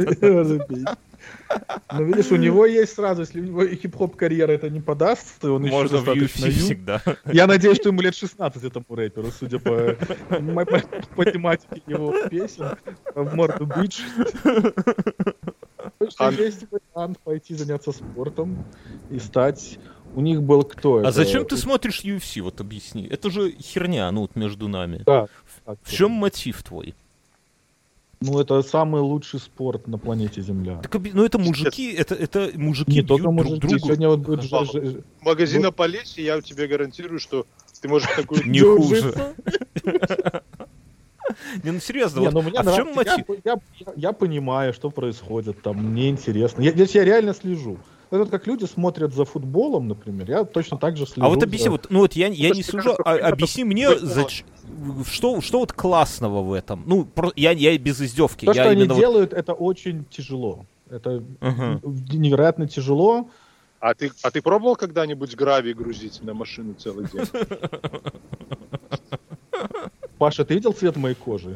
Ну, видишь, у него есть сразу, если у него и хип-хоп карьера это не подаст, то он еще Можно в достаточно UFC юн. всегда. Я надеюсь, что ему лет 16 этому рэперу, судя по тематике его песен, в морду бить. Точно есть вариант пойти заняться спортом и стать... У них был кто? А это? зачем ты смотришь UFC, вот объясни? Это же херня, ну вот между нами. Да. В чем мотив твой? Ну, это самый лучший спорт на планете Земля. Так, ну это мужики, это мужики Не бьют только друг мужики, другу. сегодня вот будет Магазина полезь, и я тебе гарантирую, что ты можешь такую... Не хуже. Не, ну серьезно, Не, вот, ну, мне а в чем нравится. мотив? Я понимаю, что происходит там, мне интересно. Я реально слежу. Это вот как люди смотрят за футболом, например, я точно так же слежу. А вот объясни, за- вот, ну вот я не Просто слежу, кажется, а это объясни мне, что вот классного в этом? Ну, я без издевки. То, я что они именно вот- делают, это очень тяжело. Это Ага. невероятно тяжело. А ты пробовал когда-нибудь гравий грузить на машину целый день? Паша, ты видел цвет моей кожи?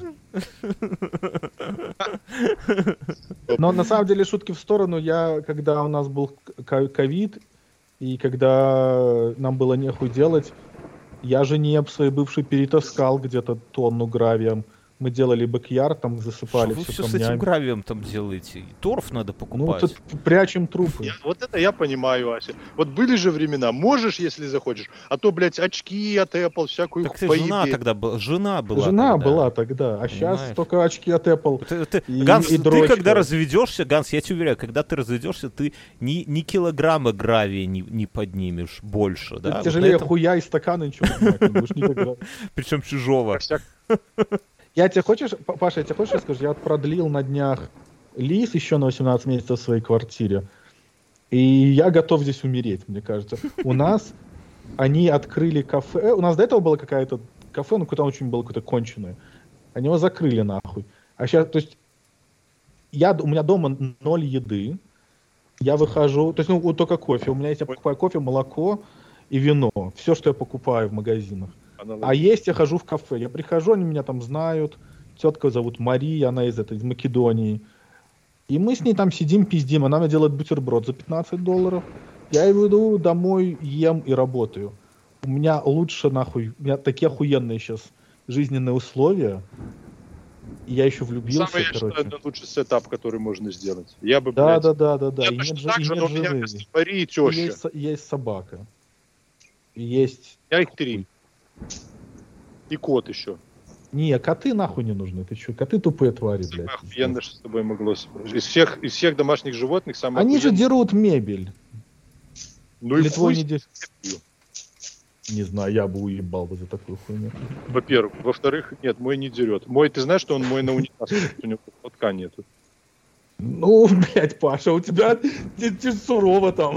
Но на самом деле, шутки в сторону, когда у нас был ковид, и когда нам было нехуй делать, я жене своей бывшей перетаскал где-то тонну гравием. Мы делали бэк-ярд, там засыпали Что вы все все с этим камнями. гравием там делаете? И торф надо Ну, покупать. тут прячем трупы. Вот это я понимаю, Ася. Вот были же времена, можешь, если захочешь, а то, блядь, очки от Apple, всякую Так ты жена поебень. тогда была, жена была. Жена тогда. была тогда, а сейчас Понимаешь? только очки от Apple. Ганс, и ты дрочка. когда разведешься, Ганс, я тебе уверяю, когда ты разведешься, ты ни килограмма гравия не поднимешь больше, да? Вот Тяжелее на этом- хуя и стакана ничего не поднимать, не будешь никогда. Причем чужого. Я тебе хочешь, Паша, я тебе хочешь расскажу? Я вот продлил на днях лиз еще на 18 месяцев в своей квартире. И я готов здесь умереть, мне кажется. У нас они открыли кафе. У нас до этого было какое-то кафе, ну какое-то очень было какое-то конченое. Они его закрыли нахуй. А сейчас, то есть, у меня дома 0 еды. Я выхожу, то есть, ну, вот только кофе. У меня есть, я покупаю кофе, молоко и вино. Все, что я покупаю в магазинах. А есть я хожу в кафе. Я прихожу, они меня там знают. Тетка зовут Мария, она из Македонии. И мы с ней там сидим, пиздим. Она мне делает бутерброд за $15. Я иду домой, ем и работаю. У меня лучше нахуй, у меня такие охуенные сейчас жизненные условия. И я еще влюбился, Самый, я считаю, короче. это лучший сетап, который можно сделать. Я бы, Да. Я И точно нет, так и же, нет но у меня жиры. вместо Марии И теща. есть собака. И есть... Я их 3. И кот еще. Не, коты нахуй не нужны. Ты что? Коты тупые твари, блядь. Охуенно, что с тобой могло. Из всех домашних животных самое Они же охуенное. дерут мебель. Ну и Или твой хуй не дерет. Не знаю, я бы уебал бы за такую хуйню. Во-первых. Во-вторых, нет, мой не дерет. Мой, ты знаешь, что он мой на унитаз, у него платка нету. Ну, блядь, Паша, у тебя тебе сурово там.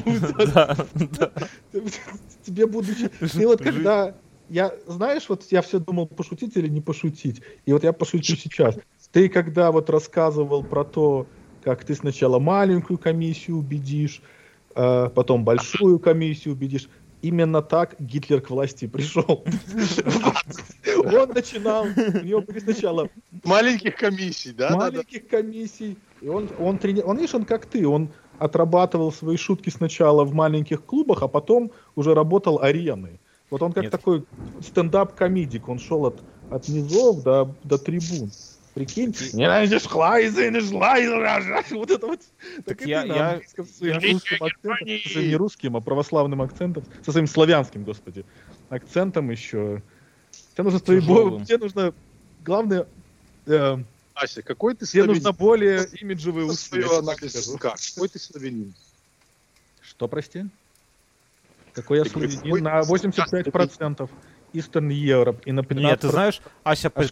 Тебе будучи... Ты вот когда... Знаешь, вот я все думал, пошутить или не пошутить. И вот я пошучу сейчас. Ты когда вот рассказывал про то, как ты сначала маленькую комиссию убедишь, потом большую комиссию убедишь, именно так Гитлер к власти пришел. Он начинал, у него были сначала... Маленьких комиссий, да? Маленьких комиссий. И он, видишь, он как ты, он отрабатывал свои шутки сначала в маленьких клубах, а потом уже работал ареной. Вот он как такой стендап-комедик, он шел от низов до трибун. Прикинь, ненавидишь шлайзы, не шлайзы, вот это вот. Так и ты на английском своим русским акцентом, не русским, а православным акцентом, со своим славянским, господи, акцентом еще. Тебе нужно, главное... Ася, какой ты славянин? Тебе нужно более имиджевые успехи. Какой ты славянин? Что, прости? Какой я славянин? На 85% Eastern Europe и на 15%. Нет, ты знаешь, Ася, по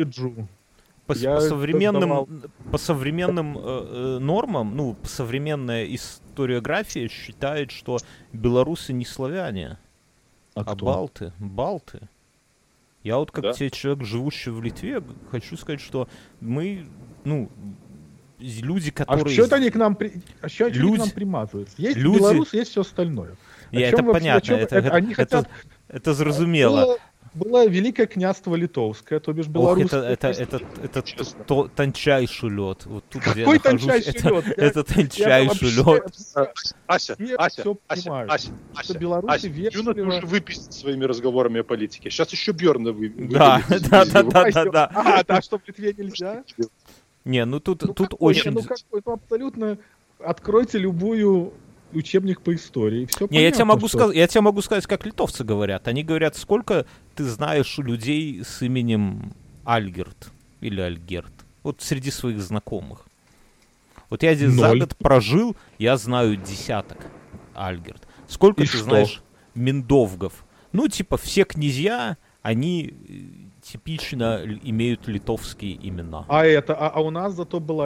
современным нормам, ну, современная историография считает, что белорусы не славяне, а балты. Я вот как человек, живущий в Литве, хочу сказать, что мы, люди, которые... А что это они к нам примазываются? Есть белорусы, есть все остальное. Это понятно, это зрозумело. Было Великое княжество Литовское, то бишь Беларусь. Это тончайший лед. Вот тут, какой тончайший лед? Это тончайший лед. Ася, Беларусь Юна уже выписать своими разговорами о политике. Сейчас еще Бёрна Да. А что в Литве нельзя? Не, тут очень... Абсолютно откройте любую... учебник по истории. Все не, понятно, я тебе могу сказать, как литовцы говорят. Они говорят, сколько ты знаешь людей с именем Альгерт или Альгерт. Вот среди своих знакомых. Вот я здесь 0. За год прожил, я знаю десяток Альгерт. Сколько ты знаешь Миндовгов? Ну, типа, все князья, они типично имеют литовские имена. А у нас зато была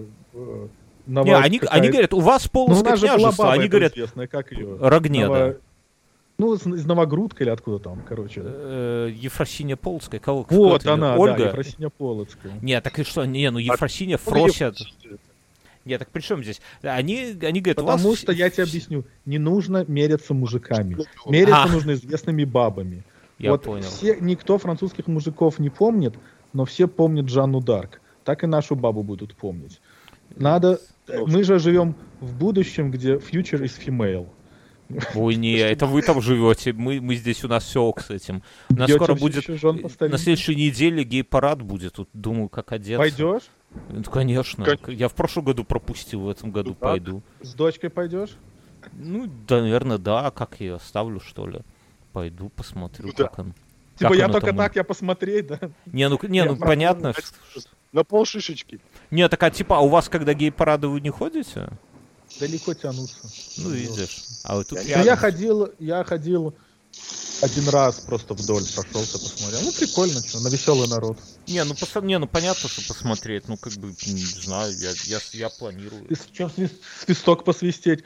не, они говорят, у вас полоцкое княжество, они говорят, как ее? Рогнеда. Из Новогрудка или откуда там, короче. Ефросинья Полоцкая. Кого? Вот она, Ольга? Да, Ефросинья Полоцкая. Не, так и что? Не, Ефросинья Фросят. Нет, так при чем здесь? Они говорят, потому что, я тебе объясню, не нужно меряться мужиками. Меряться нужно известными бабами. Я понял. Никто французских мужиков не помнит, но все помнят Жанну Дарк. Так и нашу бабу будут помнить. Мы же живем в будущем, где future is female. Ой, не, это вы там живете. Мы здесь, у нас все ок с этим. У нас скоро будет, на следующей неделе гей-парад будет. Тут думаю, как одеться. Пойдешь? Ну, конечно. Я в прошлом году пропустил, в этом году пойду. С дочкой пойдешь? Ну, да, наверное, да. Как я оставлю, что ли? Пойду, посмотрю, как он. Типа я только так, я посмотреть, да? Ну понятно. На полшишечки. Не, так типа, а у вас, когда гей-парады, вы не ходите? Далеко тянутся. Ну, видишь. А вот тут я ходил один раз, просто вдоль прошелся, посмотрел. Ну, прикольно, что, на веселый народ. Ну, понятно, что посмотреть. Ну, как бы, не знаю, я планирую. Ты чем свисток посвистеть?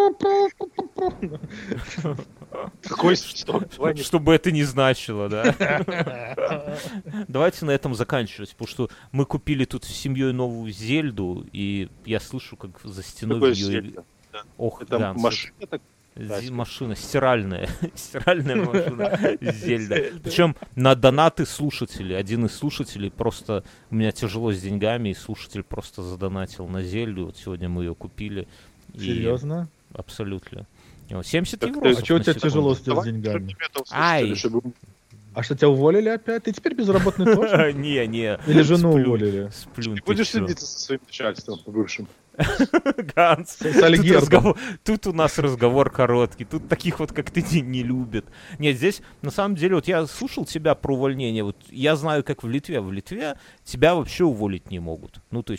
Какой свисток? Чтобы это не значило, да? Давайте на этом заканчивать, потому что мы купили тут с семьей новую Зельду, и я слышу, как за стеной ее... Ох, это машина так? Машина, стиральная машина Зельда. Причем на донаты слушателей. Один из слушателей просто... У меня тяжело с деньгами, и слушатель просто задонатил на Зельду. Вот сегодня мы ее купили. Серьезно? Абсолютно. 70 евро. А что у тебя тяжело с деньгами? А что, тебя уволили опять? Ты теперь безработный тоже? Не. Или жену уволили? Ты будешь садиться со своим начальством бывшим? Ганс, тут у нас разговор короткий, тут таких вот, как ты, не любят. Нет, здесь, на самом деле, вот я слушал тебя про увольнение, вот я знаю, как в Литве. В Литве тебя вообще уволить не могут. Ну, то есть вот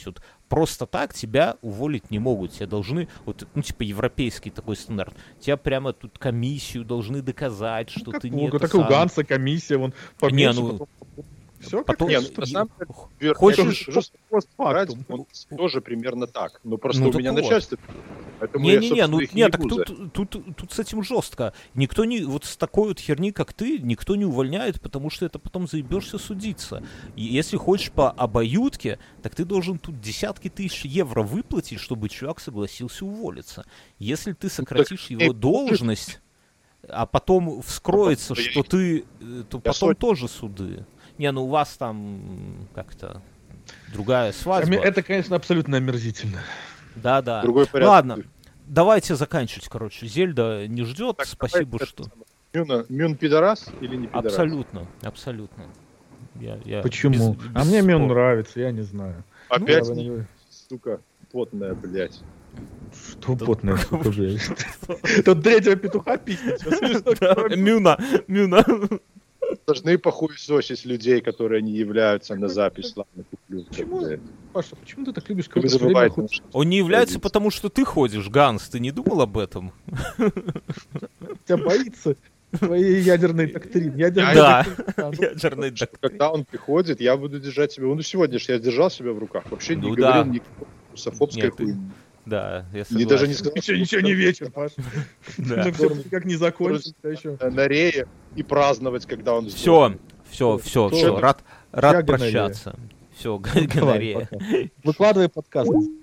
просто так тебя уволить не могут. Тебя должны, вот, ну, типа, европейский такой стандарт. Тебя прямо тут комиссию должны доказать, что Как ты у- не это так и у самое. Ганса комиссия, вон, поменьше, ну, все потом- Не, ну, на самом деле, Вер, Хочешь- это же постфактум. он тоже примерно так. Но просто Ну, у меня так вот. начальство, поэтому я, Не-не-не, ну собственно, их нет, не так буду тут с этим жестко. Никто не, вот с такой вот херни, как ты, никто не увольняет, потому что это потом заебешься судиться. И если хочешь по обоюдке, так ты должен тут десятки тысяч евро выплатить, чтобы чувак согласился уволиться. Если ты сократишь так, его должность, а потом вскроется, Я- что ты, то Я потом сотню. тоже суды. Не, ну у вас там как-то другая свадьба. Это, конечно, абсолютно омерзительно. Да-да. Другой порядок. Ладно, давайте заканчивать, короче. Зельда не ждет, Так, спасибо, давай, что... Мюн пидорас или не пидорас? Абсолютно, абсолютно. Я Почему? без А мне Мюн спора. нравится, я не знаю. Опять, Ну, я- сука, потная, блядь. Что потное, сука, блядь. Тут третьего петуха пиздить. Мюна. Должны похуесосить людей, которые не являются на запись славных ублюдков, Почему? блядь. Паша, почему ты так любишь Вы кого-то всё время забывайте, хуй- что Он не является, Садись. потому что ты ходишь, Ганс. Ты не думал об этом? тебя боится твоей ядерной доктрины? Ядерная Да. доктрина, ну, Ядерный что когда он приходит, я буду держать себя. Ну, сегодня же я держал себя в руках. Вообще Ну не да. говорил никакой русофобской Нет, ты- хуйни. Да, я И даже не согласен. сказал, Еще не вечер, Паш. Да. Ну, всё никак не закончится еще. на рее и праздновать, когда он Все, все, Всё. рад Я гонорея. прощаться. Все, Давай, гонорея. пока. Выкладывай подкаст.